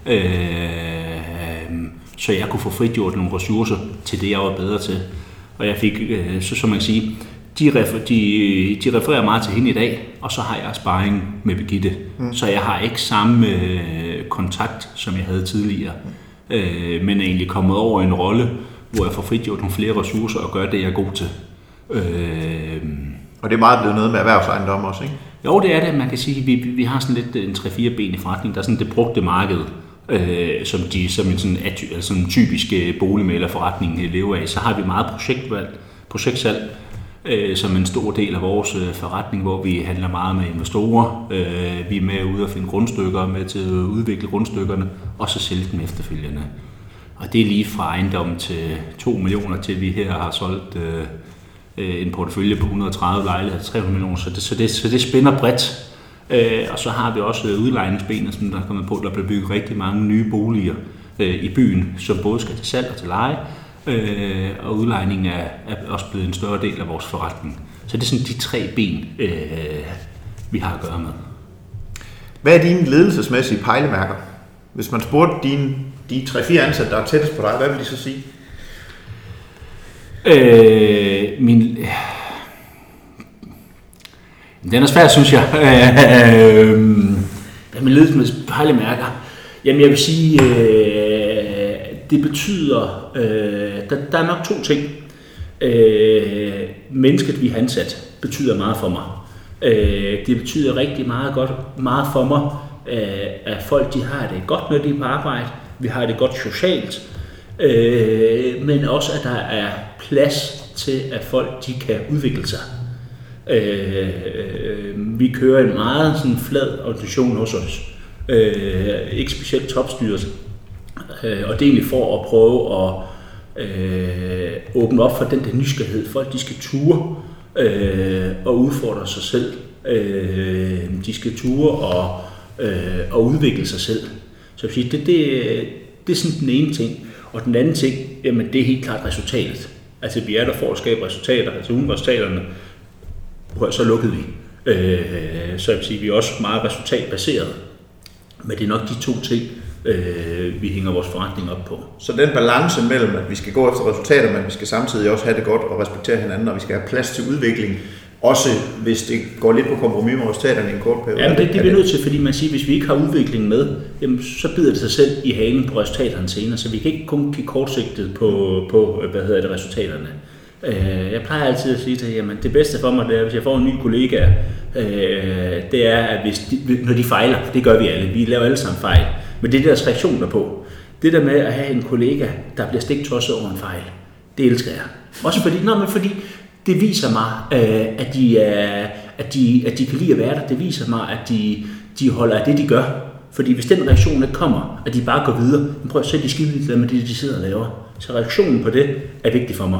så jeg kunne få frigjort nogle ressourcer til det, jeg var bedre til. Og jeg fik, så som man kan sige, de refererer meget til hende i dag, og så har jeg sparring med Birgitte. Så jeg har ikke samme kontakt, som jeg havde tidligere, men er egentlig kommet over en rolle, hvor jeg får frigjort nogle flere ressourcer og gør det, jeg er god til. Og det er meget blevet noget med erhvervsejendom også, ikke? Jo, det er det. Man kan sige, at vi har sådan lidt en 3-4 ben i forretning. Der er sådan det brugte marked, som en typisk boligmæglerforretning lever af. Så har vi meget projektsalg, som en stor del af vores forretning, hvor vi handler meget med investorer. Vi er med ude at finde grundstykker, med til at udvikle grundstykkerne, og så sælge dem efterfølgende. Og det er lige fra ejendom til 2 millioner, til vi her har solgt en portefølje på 130 lejligheder til 300 millioner, så det spænder bredt. Og så har vi også udlejningsbenet, som der er kommet på, der bliver bygget rigtig mange nye boliger i byen, som både skal til salg og til leje, og udlejningen er også blevet en større del af vores forretning. Så det er sådan de 3 ben, vi har at gøre med. Hvad er dine ledelsesmæssige pejlemærker? Hvis man spurgte de 3-4 ansatte, der er tættest på dig, hvad vil de så sige? Den er svært, synes jeg. Hvad min ledelsesmæssige pejlemærker? Jamen, jeg vil sige, det betyder, der er nok 2 ting. Mennesket, vi har ansat, betyder meget for mig. Det betyder rigtig meget for mig, at folk de har det godt, når de er på arbejde. Vi har det godt socialt. Men også, at der er plads til, at folk de kan udvikle sig. Vi kører en meget sådan flad organisation hos os. Ikke specielt topstyret. Og det er egentlig for at prøve åbne op for den der nysgerrighed. Folk, de skal ture og udfordre sig selv. De skal ture og udvikle sig selv. Så jeg vil sige, det er sådan den ene ting. Og den anden ting, jamen det er helt klart resultatet. Altså vi er der for at skabe resultater. Altså uden resultaterne, så lukkede vi. Så jeg vil sige, vi er også meget resultatbaseret. Men det er nok de to ting, vi hænger vores forretning op på. Så den balance mellem, at vi skal gå efter resultater, men vi skal samtidig også have det godt og respektere hinanden, og vi skal have plads til udvikling, også hvis det går lidt på kompromis med resultaterne i en kort periode. Ja, det er vi nødt til, fordi man siger, hvis vi ikke har udvikling med, jamen, så bider det sig selv i halen på resultaterne senere, så vi kan ikke kun kigge kortsigtet på resultaterne. Jeg plejer altid at sige til jamen det bedste for mig, det er, hvis jeg får en ny kollega, det er, at når de fejler, det gør vi alle, vi laver alle sammen fejl, men det er deres reaktioner på. Det der med at have en kollega, der bliver stiktosset over en fejl, det elsker jeg. Også fordi det viser mig, at de kan lide at være der. Det viser mig, at de holder af det, de gør. Fordi hvis den reaktion ikke kommer, at de bare går videre, prøv at se, de skide lidt med det, de sidder og laver. Så reaktionen på det er vigtig for mig.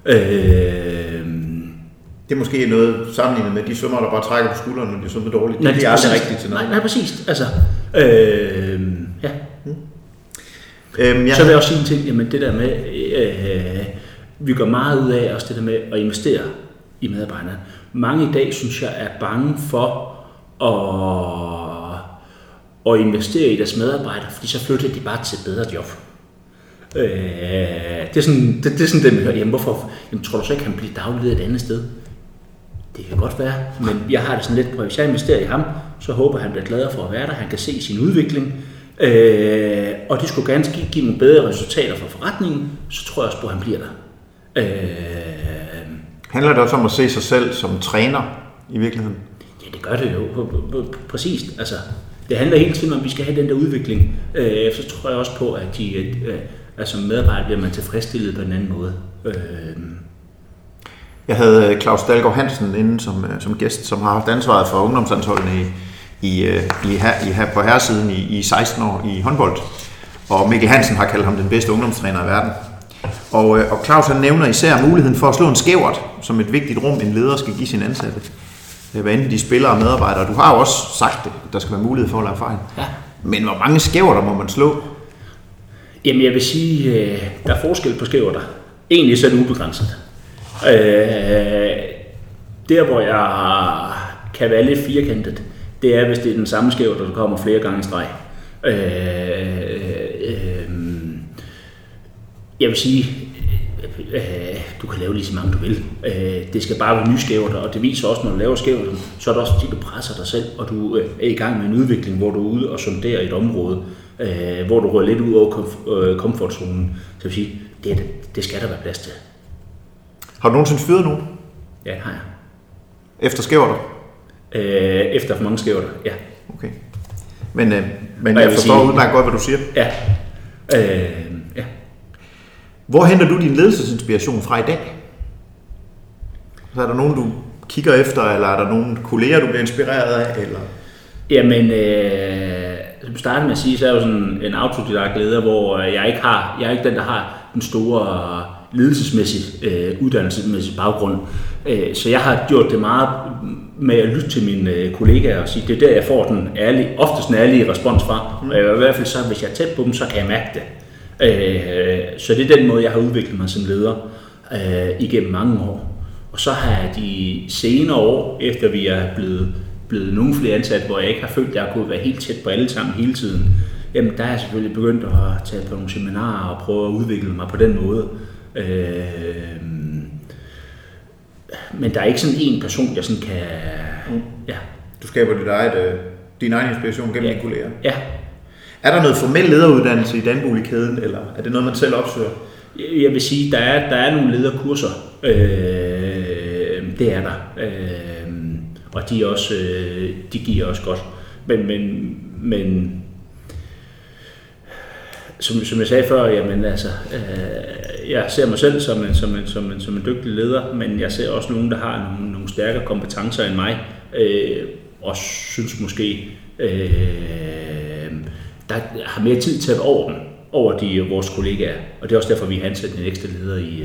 Det er måske noget sammenlignet med de svømmer, der bare trækker på skuldrene, når de svømmer dårligt. Det er aldrig rigtigt til noget. Nej, præcis. Altså, ja. Så vil jeg også sige en ting, jamen det der med, vi går meget ud af også det der med at investere i medarbejderne. Mange i dag, synes jeg, er bange for at investere i deres medarbejdere, fordi så flytter de bare til et bedre job. Det er sådan det, man hører, jamen hvorfor? Jamen, tror du så ikke, han bliver daglig leder et andet sted? Det kan godt være, men jeg har det sådan lidt på, hvis jeg investerer i ham, så håber han bliver gladere for at være der, han kan se sin udvikling, og det skulle gerne give nogle bedre resultater for forretningen, så tror jeg også på, at han bliver der. Handler det også om at se sig selv som træner i virkeligheden? Ja, det gør det jo. Præcis. Altså, det handler hele tiden om, at vi skal have den der udvikling. Så tror jeg også på, at som medarbejder bliver man tilfredsstillet på en anden måde. Jeg havde Claus Dalgaard Hansen inde som gæst, som har haft ansvaret for ungdomslandsholdene på herresiden i 16 år i håndbold. Og Mikkel Hansen har kaldt ham den bedste ungdomstræner i verden. Og Claus han nævner især muligheden for at slå en skævert som et vigtigt rum, en leder skal give sin ansatte. Hvad enten de spillere og medarbejdere. Du har jo også sagt det, der skal være mulighed for at lave fejl. Ja. Men hvor mange skæverter må man slå? Jamen jeg vil sige, der er forskel på skæverter. Egentlig så er det ubegrænset. Der hvor jeg kan være lidt firkantet, det er hvis det er den samme skæverter, der kommer flere gange i streg. Jeg vil sige, du kan lave lige så mange du vil. Det skal bare være nye skæverter, og det viser også, når du laver skæverter, så er det også fordi, du presser dig selv, og du er i gang med en udvikling, hvor du er ude og sonderer et område, hvor du rører lidt ud over komfortzonen. Så jeg vil sige, det skal der være plads til. Har du nogensinde fyret nogen? Ja, det har jeg. Efter skæverter? Efter for mange skæverter, ja. Okay. Men jeg forstår udmærket godt, hvad du siger. Ja. Ja. Hvor henter du din ledelsesinspiration fra i dag? Så er der nogen, du kigger efter, eller er der nogen kolleger, du bliver inspireret af? Eller? Jamen, som starten med at sige, så er jeg jo sådan en autodidakt leder, hvor jeg er ikke den, der har den store ledelsesmæssige, uddannelsesmæssige baggrund. Så jeg har gjort det meget med at lytte til mine kollegaer og sige, det er der, jeg får den oftest en ærlig respons fra. Og i hvert fald så, hvis jeg er tæt på dem, så kan jeg mærke det. Så det er den måde, jeg har udviklet mig som leder igennem mange år. Og så har jeg de senere år, efter vi er blevet nogle flere ansatte, hvor jeg ikke har følt, at jeg kunne være helt tæt på alle sammen hele tiden, jamen der er jeg selvfølgelig begyndt at tage på nogle seminarer og prøve at udvikle mig på den måde. Men der er ikke sådan en person, jeg sådan kan... Ja. Du skaber din egen inspiration gennem dine kolleger? Ja. Er der noget formel lederuddannelse i Danbolig-kæden, eller er det noget, man selv opsøger? Jeg vil sige, der er nogle lederkurser. Det er der. Og de giver også godt. Men som jeg sagde før, jamen altså, jeg ser mig selv som en dygtig leder, men jeg ser også nogen, der har nogle stærkere kompetencer end mig, og synes måske, der har mere tid til at over dem. over vores kollegaer. Og det er også derfor, vi har ansat en ekstra leder i...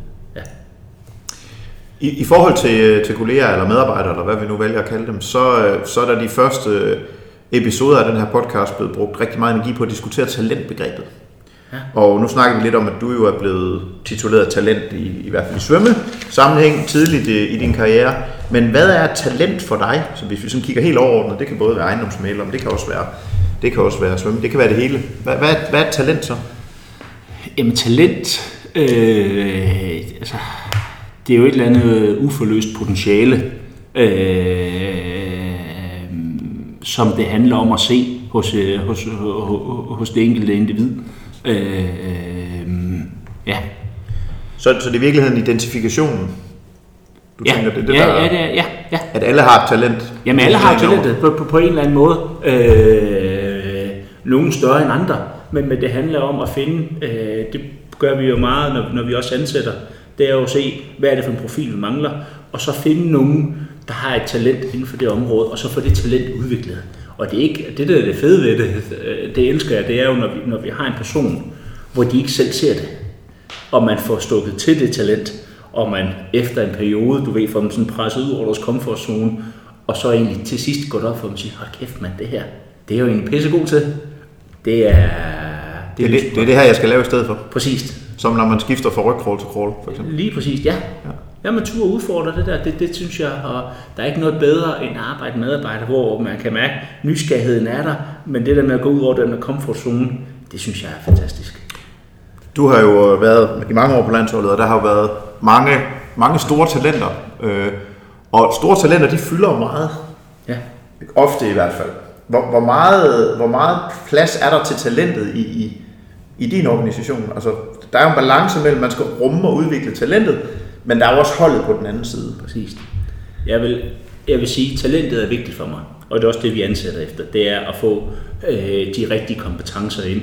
I forhold til kolleger eller medarbejdere, eller hvad vi nu vælger at kalde dem, så er der de første episoder af den her podcast blevet brugt rigtig meget energi på at diskutere talentbegrebet. Ja. Og nu snakker vi lidt om, at du jo er blevet tituleret talent i hvert fald i svømmesammenhæng tidligt i din karriere. Men hvad er talent for dig? Så hvis vi sådan kigger helt overordnet, det kan både være ejendomsmægler, men det kan også være svømme, det kan være det hele. Hvad er talent så? Jamen talent, det er jo et eller andet uforløst potentiale, som det handler om at se hos det enkelte individ. Ja. Så det er i virkeligheden identifikationen? Du tænker, det ja, der, ja. At alle har et talent? Jamen alle har talentet på en eller anden måde. Nogle større end andre. Men det handler om at finde, det gør vi jo meget, når vi også ansætter, det er jo at se, hvad er det for en profil, vi mangler, og så finde nogen, der har et talent inden for det område, og så få det talent udviklet. Og det er ikke det, der er det fede ved det elsker jeg, det er jo, når vi har en person, hvor de ikke selv ser det, og man får stukket til det talent, og man efter en periode, du ved, får dem sådan presset ud over deres komfortzone, og så egentlig til sidst går det op for dem og siger, hold kæft mand, det her, det er jo egentlig pissegod til. Det er det her, jeg skal lave i stedet for. Præcis. Som når man skifter fra rygcrawl til crawl, for eksempel. Lige præcis, ja. Ja, man turde udfordre det der, det synes jeg, og der er ikke noget bedre end at arbejde med medarbejder, hvor man kan mærke, at nysgerrigheden er der, men det der med at gå ud over den der komfortzone, det synes jeg er fantastisk. Du har jo været i mange år på landsholdet, og der har jo været mange store talenter, og store talenter, de fylder meget. Ja. Ofte i hvert fald. Hvor meget plads er der til talentet i din organisation? Altså, der er jo en balance mellem, man skal rumme og udvikle talentet, men der er jo også holdet på den anden side. Præcis. Jeg vil sige, at talentet er vigtigt for mig, og det er også det, vi ansætter efter. Det er at få de rigtige kompetencer ind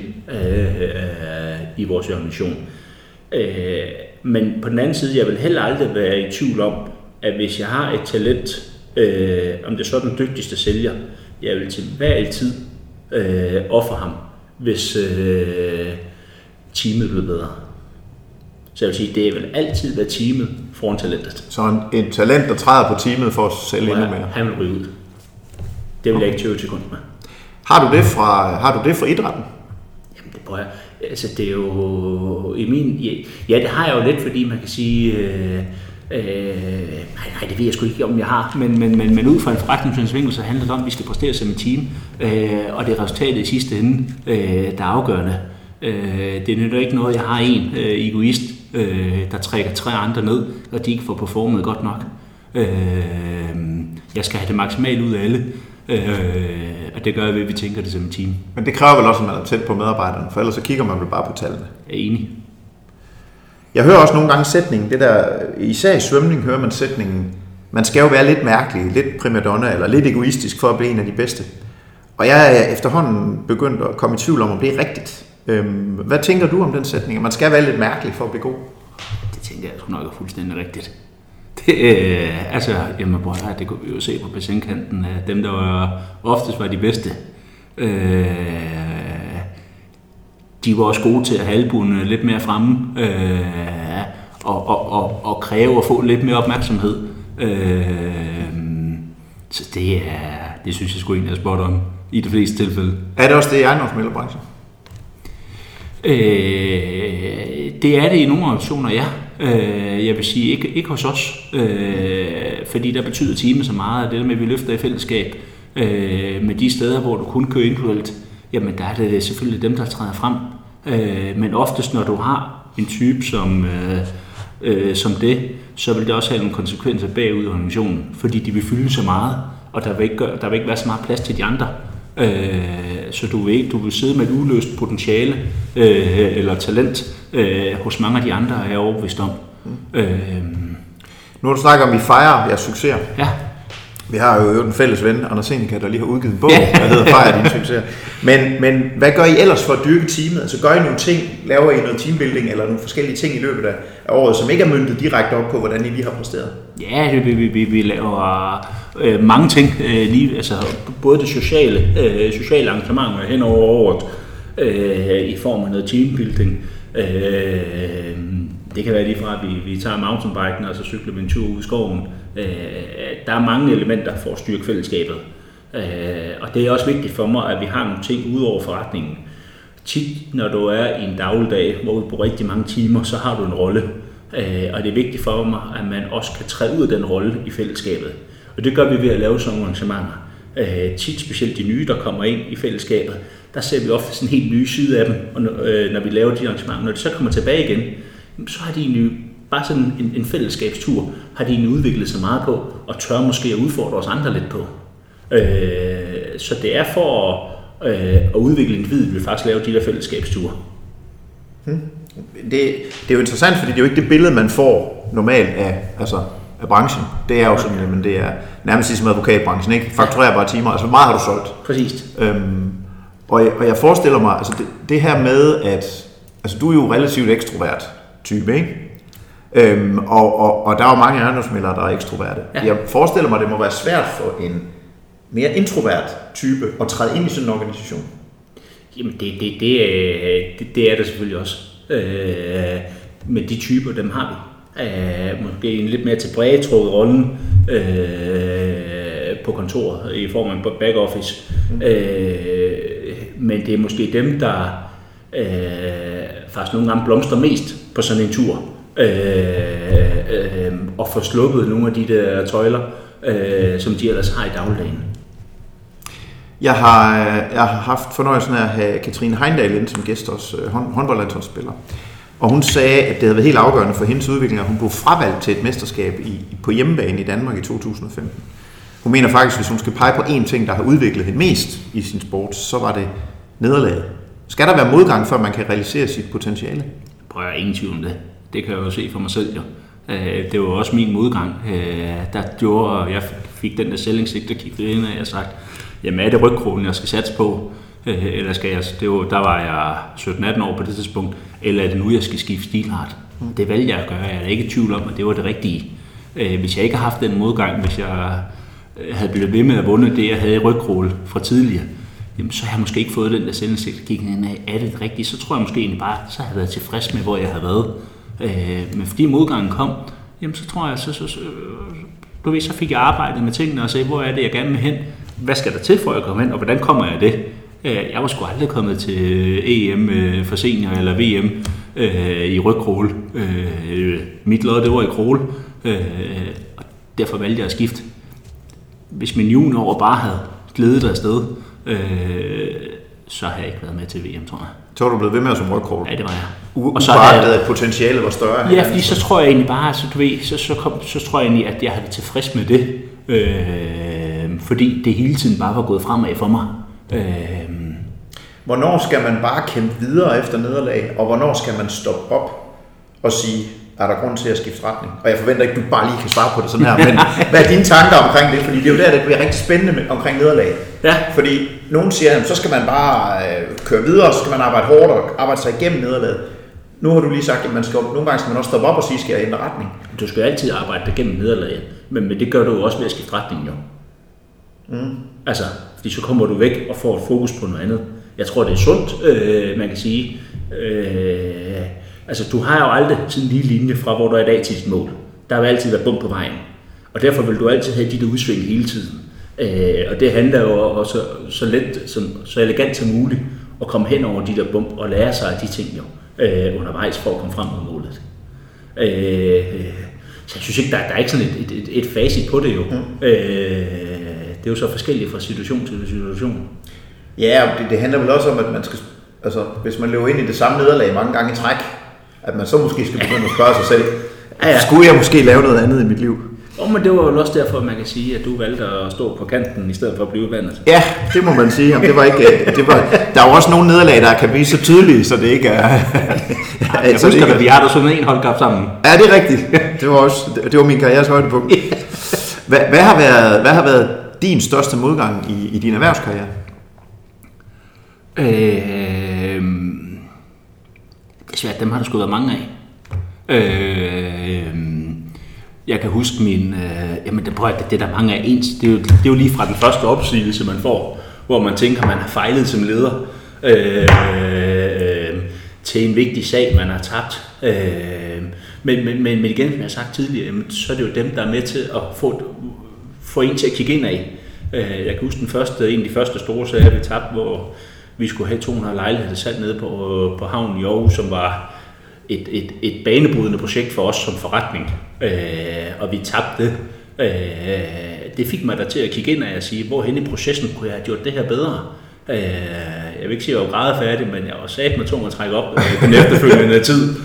i vores organisation. Men på den anden side, jeg vil heller aldrig være i tvivl om, at hvis jeg har et talent, om det er så den dygtigste sælger, jeg vil til hver tid ofre ham, hvis teamet bliver bedre. Så jeg vil sige, det vil altid være teamet foran talentet. Så en talent, der træder på teamet for at sælge endnu mere? Han vil ryge ud. Det vil jeg ikke 20 sekunder med. Har du det fra idrætten? Jamen det prøver jeg. Altså det er jo i min... Ja, det har jeg jo lidt, fordi man kan sige... nej, det ved jeg sgu ikke, om jeg har, men ud fra en forretningsvinkel, så handler det om, at vi skal præstere som et team, og det er resultatet i sidste ende, der er afgørende. Det nytter ikke noget, jeg har en egoist, der trækker 3 andre ned, og de ikke får performet godt nok. Jeg skal have det maksimalt ud af alle, og det gør jeg ved, at vi tænker det som et team. Men det kræver vel også, at man er tæt på medarbejderne, for ellers så kigger man vel bare på tallene. Jeg er enig. Jeg hører også nogle gange sætningen, det der, især i svømning hører man sætningen, man skal jo være lidt mærkelig, lidt primadonna eller lidt egoistisk for at blive en af de bedste. Og jeg er efterhånden begyndt at komme i tvivl om det er rigtigt. Hvad tænker du om den sætning, man skal være lidt mærkelig for at blive god? Det tænker jeg nok er fuldstændig rigtigt. Det kunne vi jo se på patientkanten af dem, der oftest var de bedste. De var også gode til at have albuen lidt mere fremme og kræve at få lidt mere opmærksomhed. Så det synes jeg sgu egentlig er spot on i de fleste tilfælde. Er det også det i ejendomsmæglerbranchen? Det er det i nogle organisationer, ja. Jeg vil sige, ikke hos os, fordi der betyder teamet så meget, at det der med, at vi løfter i fællesskab med de steder, hvor du kun kører individuelt, jamen der er det selvfølgelig dem, der træder frem. Men oftest, når du har en type som det, så vil det også have nogle konsekvenser bagud i organisationen, fordi de vil fylde så meget, og der vil ikke være så meget plads til de andre. Så du vil sidde med et uløst potentiale eller talent hos mange af de andre, er jeg overbevist om. Nu har du snakket om, at I fejrer jeres succeser. Ja. Vi har jo en fælles ven, Anders Seneca, der lige har udgivet en bog, der hedder Fejre dine succeser. Men hvad gør I ellers for at dyrke teamet? Altså gør I nogle ting, laver I noget teambuilding eller nogle forskellige ting i løbet af året, som ikke er møntet direkte op på, hvordan I lige har præsteret? Ja, vi laver mange ting, altså både det sociale arrangementer hen over året, i form af noget teambuilding. Det kan være lige fra, at vi tager mountainbiken og så cykler vi en tur ud i skoven. Der er mange elementer for at styrke fællesskabet. Og det er også vigtigt for mig, at vi har nogle ting ude over forretningen. Tit, når du er i en dagligdag, hvor vi bruger rigtig mange timer, så har du en rolle. Og det er vigtigt for mig, at man også kan træde ud af den rolle i fællesskabet. Og det gør vi ved at lave sådan nogle arrangementer. Tit, specielt de nye, der kommer ind i fællesskabet, der ser vi ofte sådan en helt ny side af dem, og når vi laver de arrangementer. Når de så kommer tilbage igen, så har de egentlig bare sådan en fællesskabstur, har de egentlig udviklet sig meget på, og tør måske at udfordre os andre lidt på. Så det er for at udvikle individet, vi faktisk lave de der fællesskabsture. Det er jo interessant, fordi det er jo ikke det billede, man får normalt af branchen. Det er jo sådan, men det er nærmest ligesom advokatbranchen, ikke? Fakturerer bare timer, altså hvor meget har du solgt? Præcis. Og jeg forestiller mig, altså det her med, at altså du er jo relativt ekstrovert type, ikke? Og der er jo mange ejendomsmæglere, der er ekstroverte. Ja. Jeg forestiller mig, det må være svært for en mere introvert type at træde ind i sådan en organisation. Jamen det er det selvfølgelig også. Men de typer, dem har vi. Måske en lidt mere tilbagetrådet rollen på kontoret i form af en back office. Men det er måske dem, der faktisk nogle gange blomstrer mest på sådan en tur. Og får sluppet nogle af de der tøjler, som de ellers har i dagligdagen. Jeg har haft fornøjelsen af at have Katrine Heindal ind som gæst, også håndboldlandsholdsspiller. Og hun sagde, at det havde været helt afgørende for hendes udvikling, at hun blev fravalgt til et mesterskab på hjemmebane i Danmark i 2015. Hun mener faktisk, at hvis hun skal pege på én ting, der har udviklet hende mest i sin sport, så var det nederlaget. Skal der være modgang, før man kan realisere sit potentiale? Prøver jeg ingen tvivl om det. Det kan jeg jo se for mig selv jo. Det var også min modgang, der gjorde, at jeg fik den der selvindsigt, der kiggede ind, og jeg sagt, jamen er det rygkrogen, jeg skal satse på? Eller skal jeg, der var jeg 17-18 år på det tidspunkt, eller er det nu, jeg skal skifte stilart? Det valgte jeg at gøre, jeg er ikke i tvivl om, at det var det rigtige. Hvis jeg ikke havde haft den modgang, hvis jeg havde blevet ved med at vunde det, jeg havde i rygkrogen fra tidligere, jamen, så har jeg måske ikke fået den der selvindsigt, der gik ind af, er det rigtigt? Så tror jeg måske egentlig bare, så har jeg været tilfreds med, hvor jeg har været. Men fordi modgangen kom, jamen så tror jeg, så fik jeg arbejdet med tingene og sagde, hvor er det, jeg gerne vil hen? Hvad skal der til, for at jeg kommer hen, og hvordan kommer jeg det? Jeg var sgu aldrig kommet til EM for senior eller VM i rygkrogle. Mit lod, det var i krogle, og derfor valgte jeg at skifte. Hvis min junior bare havde glædet afsted, så har jeg ikke været med til VM, tror jeg. Så var du blevet ved med som rygkrogle? Ja, det var jeg. Og så havde potentialet var større? Ja, fordi så tror jeg egentlig bare, så tror jeg egentlig, at jeg havde tilfreds med det. Fordi det hele tiden bare var gået fremad for mig. Hvornår skal man bare kæmpe videre efter nederlag, og hvornår skal man stoppe op og sige, er der grund til at skifte retning? Og jeg forventer ikke, at du bare lige kan svare på det sådan her, men hvad er dine tanker omkring det? Fordi det er jo der, det bliver rigtig spændende omkring nederlag. Ja. Fordi nogen siger, at så skal man bare køre videre, så skal man arbejde hårdt og arbejde sig igennem nederlaget. Nu har du lige sagt, at nogle gange skal man også stoppe op og sige, skal jeg ændre retning? Du skal altid arbejde dig gennem nederlaget, men det gør du jo også ved at skifte retning, jo. Altså, fordi så kommer du væk og får et fokus på noget andet. Jeg tror, det er sundt, man kan sige. Altså, du har jo aldrig sådan en lige linje fra, hvor du er i dag til dit mål. Der vil altid være bump på vejen. Og derfor vil du altid have de der udsving hele tiden. Og det handler jo også så elegant som muligt at komme hen over de der bump og lære sig af de ting jo, undervejs for at komme frem mod målet. Så jeg synes ikke, der er ikke sådan et facit på det jo. Det er jo så forskelligt fra situation til situation. Ja, og det handler vel også om, at man skal, altså, hvis man løber ind i det samme nederlag mange gange i træk, at man så måske skal begynde at spørge sig selv, skulle jeg måske lave noget andet i mit liv? Men det var jo også derfor, at man kan sige, at du valgte at stå på kanten i stedet for at blive vandet. Ja, det må man sige. Jamen, det var ikke, der er jo også nogle nederlag, der kan blive så tydelige, så det ikke er... Jeg husker, at vi har der sådan en holdkamp sammen. Ja, det er rigtigt. Det var min karrieres højdepunkt. Hvad har været din største modgang i din erhvervskarriere? Det er svært, dem har der sgu været mange af. Jeg kan huske jamen det er der mange af ens. Det er jo lige fra den første opsigelse, man får, hvor man tænker, man har fejlet som leder. til en vigtig sag, man har tabt. Men igen, som jeg har sagt tidligere, så er det jo dem, der er med til at få en til at kigge ind af. Jeg kan huske en af de første store sager, vi tabte, hvor vi skulle have 200 lejligheder sat nede på havnen i Aarhus, som var et banebrydende projekt for os som forretning. Og vi tabte det. Det fik mig da til at kigge ind af og sige, hvorhen i processen kunne jeg have gjort det her bedre. Jeg vil ikke sige, at jeg var grædefærdig, men jeg var sat med tung at trække op den efterfølgende tid.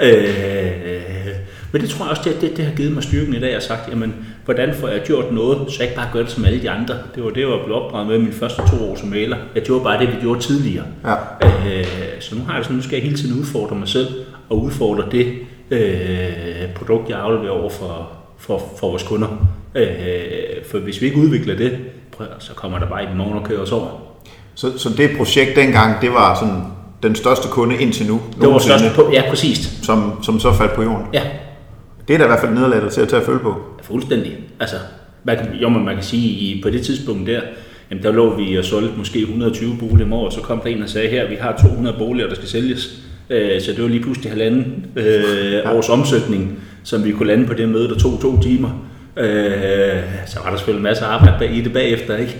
Men det tror jeg også, det har givet mig styrken i dag. Jeg har sagt, jamen, hvordan får jeg gjort noget, så jeg ikke bare gør det som alle de andre. Det var det, jeg blev opdraget med mine første 2 år som maler. Jeg gjorde bare det, vi gjorde tidligere. Ja. Så nu har jeg sådan, nu skal jeg hele tiden udfordre mig selv og udfordre det produkt, jeg afleverer over for vores kunder. For hvis vi ikke udvikler det, så kommer der bare ikke nogen at køre os over. Så det projekt dengang, det var sådan den største kunde indtil nu? Det var største på, ja, præcist. Som så faldt på jorden? Ja. Det er da i hvert fald nederlaget til at følge på. Ja, fuldstændig. Altså, man kan sige, på det tidspunkt der lå vi og solgte måske 120 boliger om året, så kom der en og sagde, her, vi har 200 boliger, der skal sælges. Så det var lige pludselig 1,5 års omsætning, som vi kunne lande på det møde, der tog 2 timer. Så var der selvfølgelig masser af arbejde i det bagefter, ikke?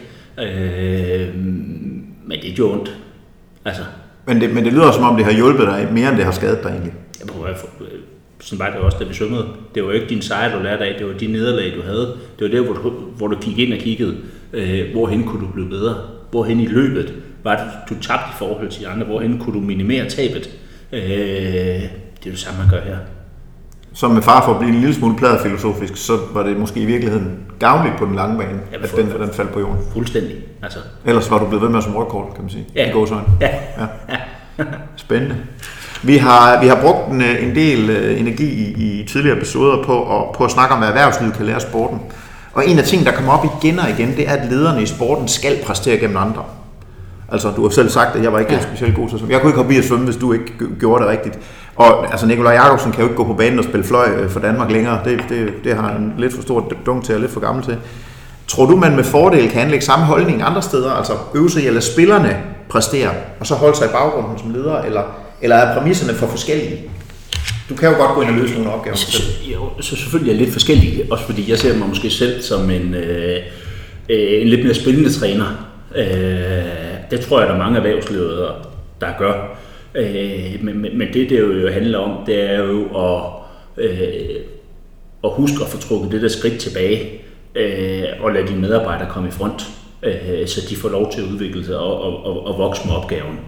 Men det gjorde ondt. Altså. Men det lyder som om, det har hjulpet dig mere, end det har skadet dig egentlig. Sådan var det også, da vi svømmede. Det var ikke din sejr, du lærte af, det var de nederlag, du havde. Det var der, hvor du kiggede ind og kiggede, hvorhen kunne du blive bedre? Hvorhen i løbet var det, du tabte i forhold til de andre? Hvorhen kunne du minimere tabet? Det er det samme, man gør her. Som med far for at blive en lille smule pladefilosofisk, så var det måske i virkeligheden gavnligt på den lange bane, at den faldt på jorden. Fuldstændig. Altså. Ellers var du blevet ved med som rødkort, kan man sige. Ja. I gåsøjne. Ja. Spændende. Vi har brugt en del energi i tidligere episoder på at snakke om, hvad erhvervslivet kan lære sporten. Og en af tingene, der kommer op igen og igen, det er, at lederne i sporten skal præstere gennem andre. Altså, du har selv sagt, at jeg var ikke specielt god til svømme. Jeg kunne ikke hoppe i at svømme, hvis du ikke gjorde det rigtigt. Og altså, Nikolaj Jacobsen kan jo ikke gå på banen og spille fløj for Danmark længere. Det har han lidt for stor dunk til og lidt for gammel til. Tror du, man med fordel kan anlægge samme holdning andre steder? Altså øve sig i at lade spillerne præstere, og så holde sig i baggrunden som leder? Eller er præmisserne for forskellige? Du kan jo godt gå ind og løse nogle opgaver. Så selvfølgelig er lidt forskellige. Også fordi jeg ser mig måske selv som en lidt mere spillende træner. Det tror jeg, der er mange erhvervsledere, der gør. Men det jo handler om, det er jo at huske at få trukket det der skridt tilbage og lade de medarbejdere komme i front, så de får lov til at udvikle sig og vokse med opgaven.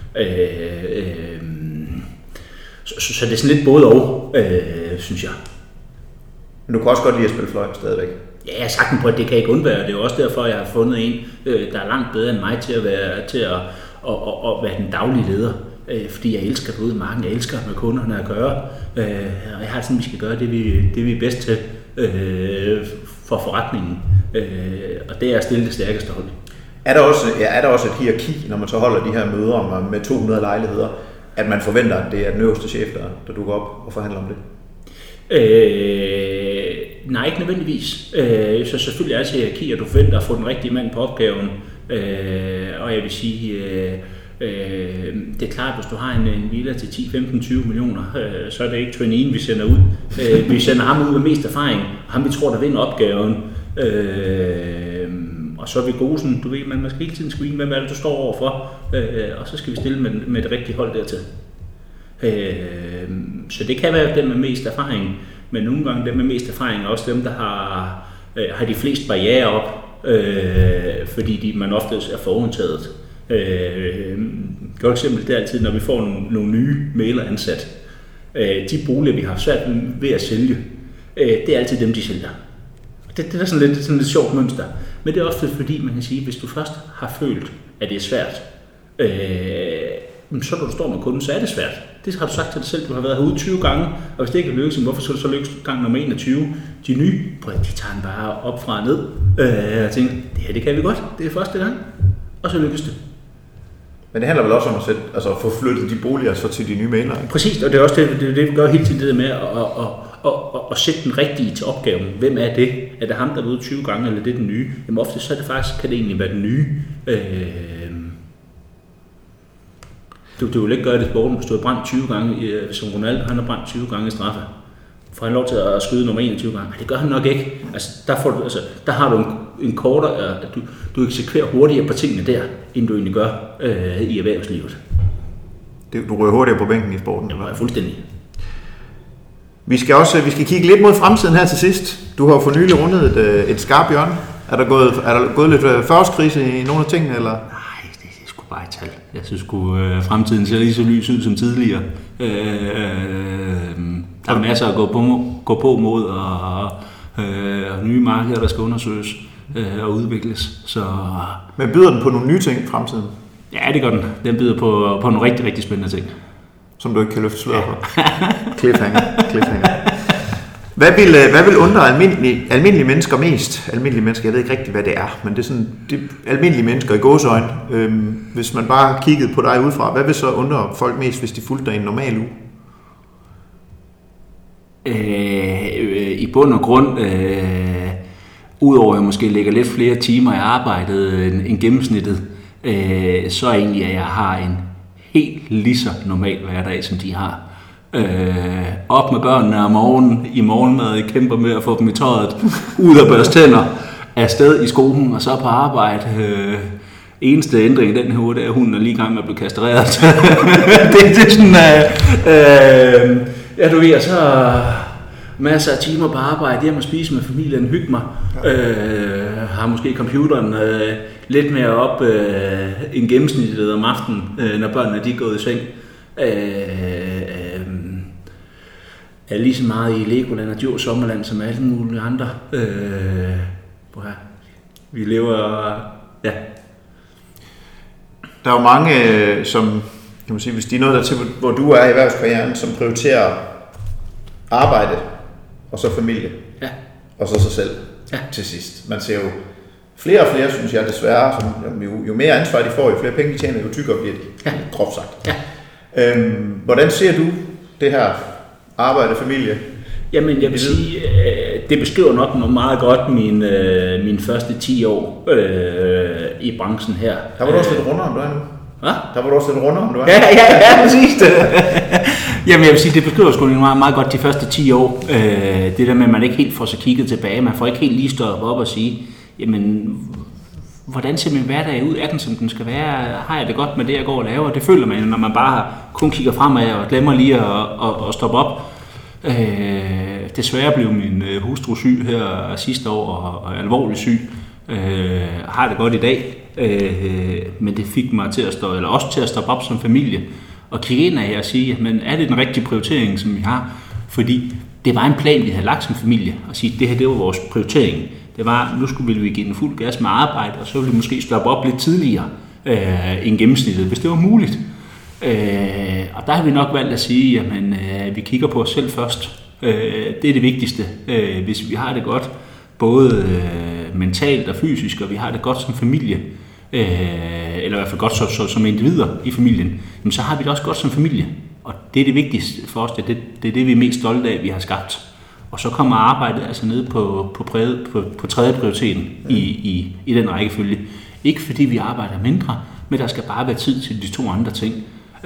Så det er sådan lidt både og, synes jeg. Men du kan også godt lide at spille fløjt stadigvæk? Ja, jeg har sagt den på, at det kan ikke undvære. Det er jo også derfor, jeg har fundet en, der er langt bedre end mig til at være den daglige leder. Fordi jeg elsker at gå ud i marken, jeg elsker med kunderne at gøre. Og jeg har sådan, vi skal gøre det, vi er bedst til for forretningen. Og det er at stille det stærkeste hold. Er der også et hierarki, når man så holder de her møder med 200 lejligheder, at man forventer, at det er den øverste chef, der dukker op og forhandler om det? Nej, ikke nødvendigvis. Så selvfølgelig er det hierarki, at du forventer at få den rigtige mand på opgaven. Og jeg vil sige, det er klart, at hvis du har en villa til 10, 15, 20 millioner, så er det ikke traineen, vi sender ud. Vi sender ham ud med mest erfaring, og ham vi tror, der vinder opgaven. Og så er vi gode, sådan, du ved, man skal hele tiden screene, hvem er det, du står overfor, og så skal vi stille med det rigtige hold dertil. Så det kan være dem med mest erfaring, men nogle gange dem med mest erfaring er også dem, der har de fleste barrierer op, fordi man ofte er forudtaget. Godt eksempel, det er altid, når vi får nogle nye mailer ansat. De boliger, vi har svært ved at sælge, det er altid dem, de sælger. Det er sådan lidt sjovt mønster. Men det er også fordi, man kan sige, hvis du først har følt, at det er svært, så når du står med kunden, så er det svært. Det har du sagt til dig selv, du har været herude 20 gange, og hvis det ikke er lykkes, hvorfor skal du så lykkes gang nummer 21? De nye, de tager den bare op fra og ned. Jeg tænker, det kan vi godt, det er første gang, og så lykkes det. Men det handler vel også om at få flyttet de boliger så til de nye mailere, ikke? Præcis, og det er også det vi gør hele tiden, det med at sætte den rigtige til opgaven. Hvem er det? Er det ham, der er ude 20 gange, eller det er den nye? Jamen ofte så er det faktisk, kan det egentlig være den nye. Du vil ikke gøre det i sporten, hvis du har brændt 20 gange, som Ronaldo, han har brændt 20 gange i straffe. Får han lov til at skyde nummer 21 gange? Det gør han nok ikke. Altså, der har du en kortere, at du eksekverer hurtigere på tingene der, end du egentlig gør i erhvervslivet. Du rører hurtigere på bænken i sporten? Det var fuldstændig. Vi skal kigge lidt mod fremtiden her til sidst. Du har jo for nylig rundet et skarpt hjørne. Er der gået lidt forårskrise i nogle af tingene, eller? Nej, det er sgu bare et tal. Jeg synes sgu, fremtiden ser lige så lys ud som tidligere. Der er masser at gå på mod, og nye markeder, der skal undersøges og udvikles. Så... Men byder den på nogle nye ting i fremtiden? Ja, det gør den. Den byder på nogle rigtig, rigtig spændende ting. Som du ikke kan løfte sløret på. Cliffhanger. Hvad vil undre almindelige mennesker mest? Almindelige mennesker, jeg ved ikke rigtigt, hvad det er, men det er sådan det almindelige mennesker i gåseøjne. Hvis man bare kiggede på dig udefra, hvad vil så undre folk mest, hvis de fulgte dig i en normal uge? I bund og grund, udover at jeg måske lægger lidt flere timer i arbejdet end gennemsnittet, så egentlig, at jeg har en helt lige så normal hverdag, som de har. Op med børnene om morgenen, i morgenmad, jeg kæmper med at få dem i tøjet, ud og børste tænder, afsted i skolen og så på arbejde. Eneste ændring i den her uge, det er, at hunden er lige i gang med at blive kastreret. det er sådan, ja du ved, så masser af timer på arbejde, hjem og spise med familien, hygge mig. Har måske computeren lidt mere op end gennemsnittet om aftenen, når børnene de er gået i seng. Er lige så meget i Legoland og Djurs Sommerland som alle mulige andre. Vi lever... Ja. Der er jo mange, som kan man sige, hvis de er nået dertil, hvor du er i erhvervskarrieren, som prioriterer arbejde og så familie. Ja. Og så sig selv til sidst. Man ser jo flere og flere, synes jeg desværre, som jo mere ansvar de får, jo flere penge de tjener, jo tykkere bliver de, groft sagt. Ja. Hvordan ser du det her arbejde, familie? Jamen, jeg vil sige, det beskriver nok meget godt mine første 10 år i branchen her. Der var du også lidt rundere, om du er nu. Hvad? Der var du også lidt rundere, om du er. Ja, præcis det. Jamen, jeg vil sige, det beskriver sgu meget godt de første 10 år. Det der med, at man ikke helt får sig kigget tilbage. Man får ikke helt lige stået op og sige, jamen, hvordan ser min hverdag ud? Er den, som den skal være? Har jeg det godt med det, jeg går og laver? Det føler man, når man bare kun kigger fremad og glemmer lige at stoppe op. Desværre blev min hustru syg her sidste år og alvorligt syg. Har det godt i dag, men det fik mig til at stoppe op som familie og kigge ind af jer og sige, men er det den rigtige prioritering, som vi har? Fordi det var en plan, vi havde lagt som familie, og sige, det her det var vores prioritering. Det var, nu ville vi give den fuld gas med arbejde, og så ville vi måske stoppe op lidt tidligere end gennemsnittet, hvis det var muligt. Og der har vi nok valgt at sige, jamen vi kigger på os selv først. Det er det vigtigste, hvis vi har det godt, både mentalt og fysisk, og vi har det godt som familie, eller i hvert fald godt som individer i familien, jamen, så har vi det også godt som familie. Og det er det vigtigste for os, det er det, vi er mest stolte af, vi har skabt. Og så kommer arbejdet altså ned på tredje prioriteten i den rækkefølge. Ikke fordi vi arbejder mindre, men der skal bare være tid til de 2 andre ting.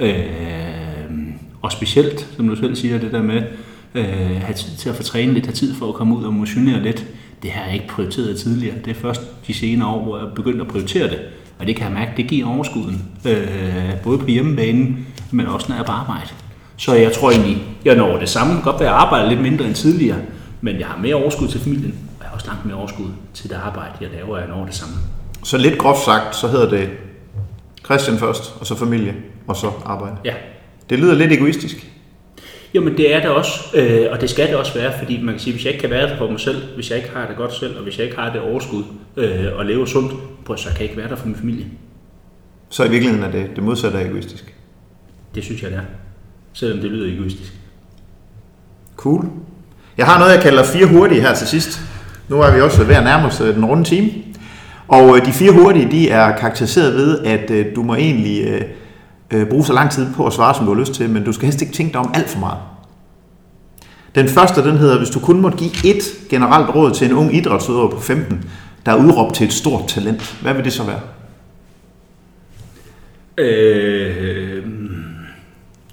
Og specielt, som du selv siger, det der med have tid til at få trænet lidt, have tid for at komme ud og motionere lidt, det har jeg ikke prioriteret tidligere. Det er først de senere år, hvor jeg begyndte at prioritere det. Og det kan jeg mærke, det giver overskuden. Både på hjemmebanen, men også når jeg er på arbejde. Så jeg tror egentlig, jeg når det samme. Godt være, at jeg arbejder lidt mindre end tidligere, men jeg har mere overskud til familien, og jeg har også langt mere overskud til det arbejde, jeg laver, jeg når det samme. Så lidt groft sagt, så hedder det Christian først, og så familie, og så arbejde. Ja. Det lyder lidt egoistisk. Jamen det er det også, og det skal det også være, fordi man kan sige, hvis jeg ikke kan være der for mig selv, hvis jeg ikke har det godt selv, og hvis jeg ikke har det overskud og lever sundt, så kan jeg ikke være der for min familie. Så i virkeligheden er det modsatte af egoistisk? Det synes jeg, det er. Selvom det lyder egoistisk. Cool. Jeg har noget, jeg kalder 4 hurtige her til sidst. Nu er vi også ved at nærme os den runde time. Og de 4 hurtige, de er karakteriseret ved, at du må egentlig bruge så lang tid på at svare, som du har lyst til, men du skal helst ikke tænke dig om alt for meget. Den første, den hedder, hvis du kun måtte give ét generelt råd til en ung idrætsudøver på 15, der er udråbt til et stort talent. Hvad vil det så være?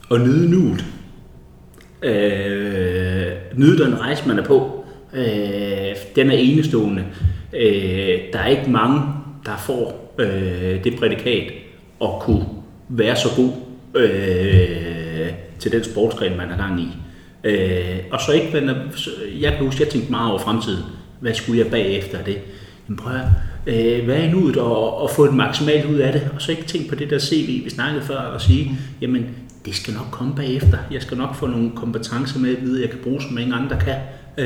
at nyde nuet. Nyde den rejse, man er på. Den er enestående. Der er ikke mange, der får det prædikat at kunne være så god til den sportsgren, man er gang i. Og så ikke, jeg kan huske, jeg tænkte meget over fremtiden. Hvad skulle jeg bagefter af det? Jamen prøv at være i nuet og få et maksimalt ud af det, og så ikke tænke på det der CV, vi snakkede før, og sige, jamen det skal nok komme bagefter. Jeg skal nok få nogle kompetencer med at vide, jeg kan bruge, som ingen andre kan.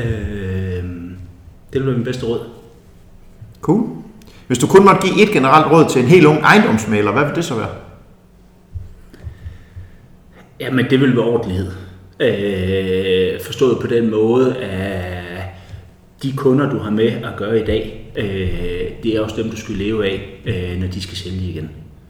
Det vil være min bedste råd. Cool. Hvis du kun måtte give et generelt råd til en helt ung ejendomsmægler, hvad vil det så være? Jamen det vil være ordentlighed. Forstået på den måde, at de kunder, du har med at gøre i dag, det er også dem, du skal leve af, når de skal sælge igen.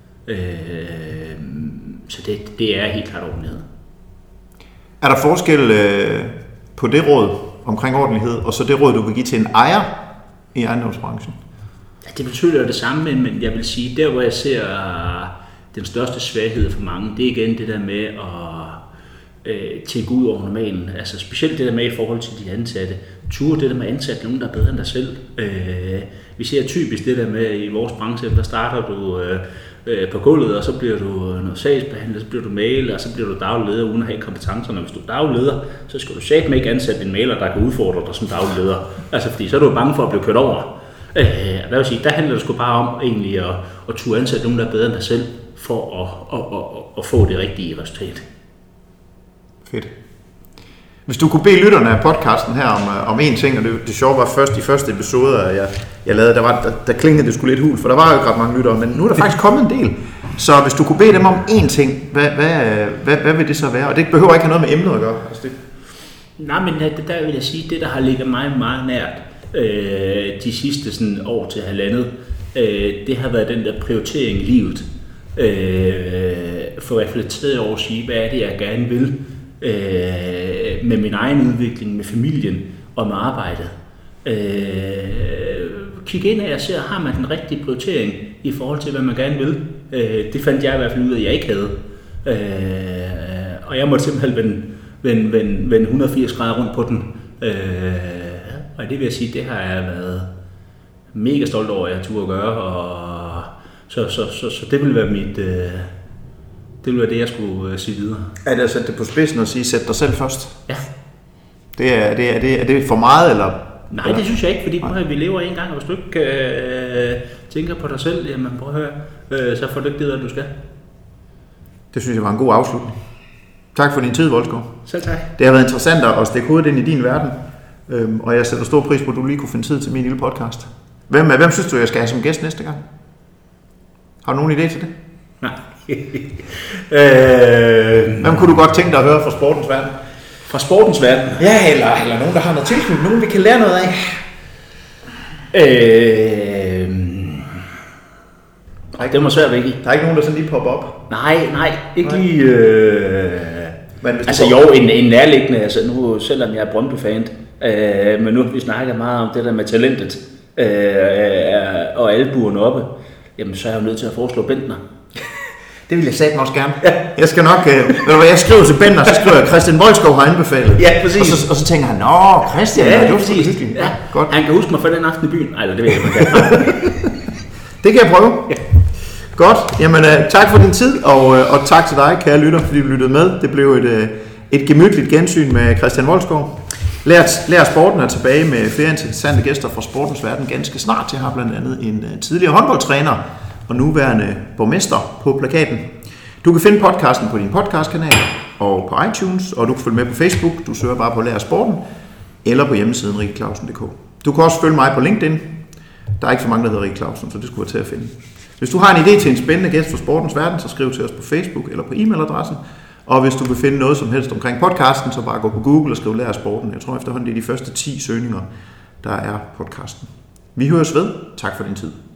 Så det er helt klart ordentlighed. Er der forskel på det råd omkring ordentlighed, og så det råd, du vil give til en ejer i ejendomsbranchen? Ja, det betyder det samme, men jeg vil sige, der hvor jeg ser den største svaghed for mange, det er igen det der med at tænke ud over normalen. Altså specielt det der med i forhold til de ansatte. Det der med at ansætte nogen, der er bedre end dig selv. Vi ser typisk det der med i vores branche, der starter du på gulvet, og så bliver du noget sagsbehandler, så bliver du mailer, og så bliver du daglig leder uden at have kompetencerne. Hvis du er daglig leder, så skal du satme ikke ansætte en mailer, der kan udfordre dig som daglig leder. Altså fordi så er du bange for at blive kørt over. Der vil sige, der handler det sgu bare om egentlig at turde ansætte nogen, der er bedre end dig selv, for at få det rigtige resultat. Fedt. Hvis du kunne bede lytterne af podcasten her om en ting, og det sjove var først i første episode, jeg lavede, der klingede det sgu lidt hul, for der var jo ikke ret mange lyttere, men nu er der faktisk kommet en del. Så hvis du kunne bede dem om én ting, hvad vil det så være? Og det behøver ikke have noget med emnet at gøre. Altså det... Nej, men der vil jeg sige, det der har ligget mig meget nært de sidste sådan år til halvandet, det har været den der prioritering i livet. For at reflektere over at sige, hvad er det, jeg gerne vil med min egen udvikling, med familien og med arbejdet. Kig ind og se, har man den rigtige prioritering i forhold til, hvad man gerne vil. Det fandt jeg i hvert fald ud af, at jeg ikke havde. Og jeg måtte simpelthen vende 180 grader rundt på den. Og det vil jeg sige, det har jeg været mega stolt over, at jeg turde at gøre. Og så det vil være mit... Det ville være det, jeg skulle sige videre. Er det at sætte det på spidsen og sige, sæt dig selv først? Ja. Er det for meget, eller? Nej, det synes jeg ikke, fordi vi lever en gang, og hvis du ikke tænker på dig selv, jamen prøv at høre, så får du ikke det, du skal. Det synes jeg var en god afslutning. Tak for din tid, Voldsgaard. Selv tak. Det har været interessant at stikke hovedet ind i din verden, og jeg sætter stor pris på, at du lige kunne finde tid til min lille podcast. Hvem synes du, jeg skal have som gæst næste gang? Har du nogen idé til det? Nej. Hvem kunne du godt tænke dig at høre fra sportens verden? Fra sportens verden? Ja, eller nogen, der har noget tilknytning. Nogen, vi kan lære noget af. Det må svært væk i. Der er ikke nogen, der sådan lige popper op? Nej, ikke lige... Altså jo, en nærliggende, altså nu, selvom jeg er Brøndby-fan, men nu har vi snakket meget om det der med talentet og albuerne oppe, jamen så er jeg jo nødt til at foreslå Bentner. Det vil jeg satme også gerne. Ja. Jeg skal nok, jeg skriver til Bentner, så skriver jeg, Christian Voldsgaard har anbefalet. Ja, præcis. Og så tænker han, nå, Christian, ja, det var præcis. Ja, godt. Han kan huske mig for den aften i byen. Ej, det ved jeg ikke, Det kan jeg prøve. Ja. Godt, jamen tak for din tid, og tak til dig, kære lytter, fordi du lyttede med. Det blev et gemytligt gensyn med Christian Voldsgaard. Lær sporten er tilbage med flere interessante gæster fra sportens verden ganske snart. Jeg har blandt andet en tidligere håndboldtræner og nuværende borgmester på plakaten. Du kan finde podcasten på din podcastkanal og på iTunes, og du kan følge med på Facebook. Du søger bare på Lær Sporten, eller på hjemmesiden rikkeklausen.dk. Du kan også følge mig på LinkedIn. Der er ikke så mange, der hedder Rikke Clausen, så det skulle være til at finde. Hvis du har en idé til en spændende gæst fra sportens verden, så skriv til os på Facebook eller på e-mailadressen. Og hvis du vil finde noget som helst omkring podcasten, så bare gå på Google og skriv Lær Sporten. Jeg tror efterhånden, det er de første 10 søgninger, der er podcasten. Vi høres ved. Tak for din tid.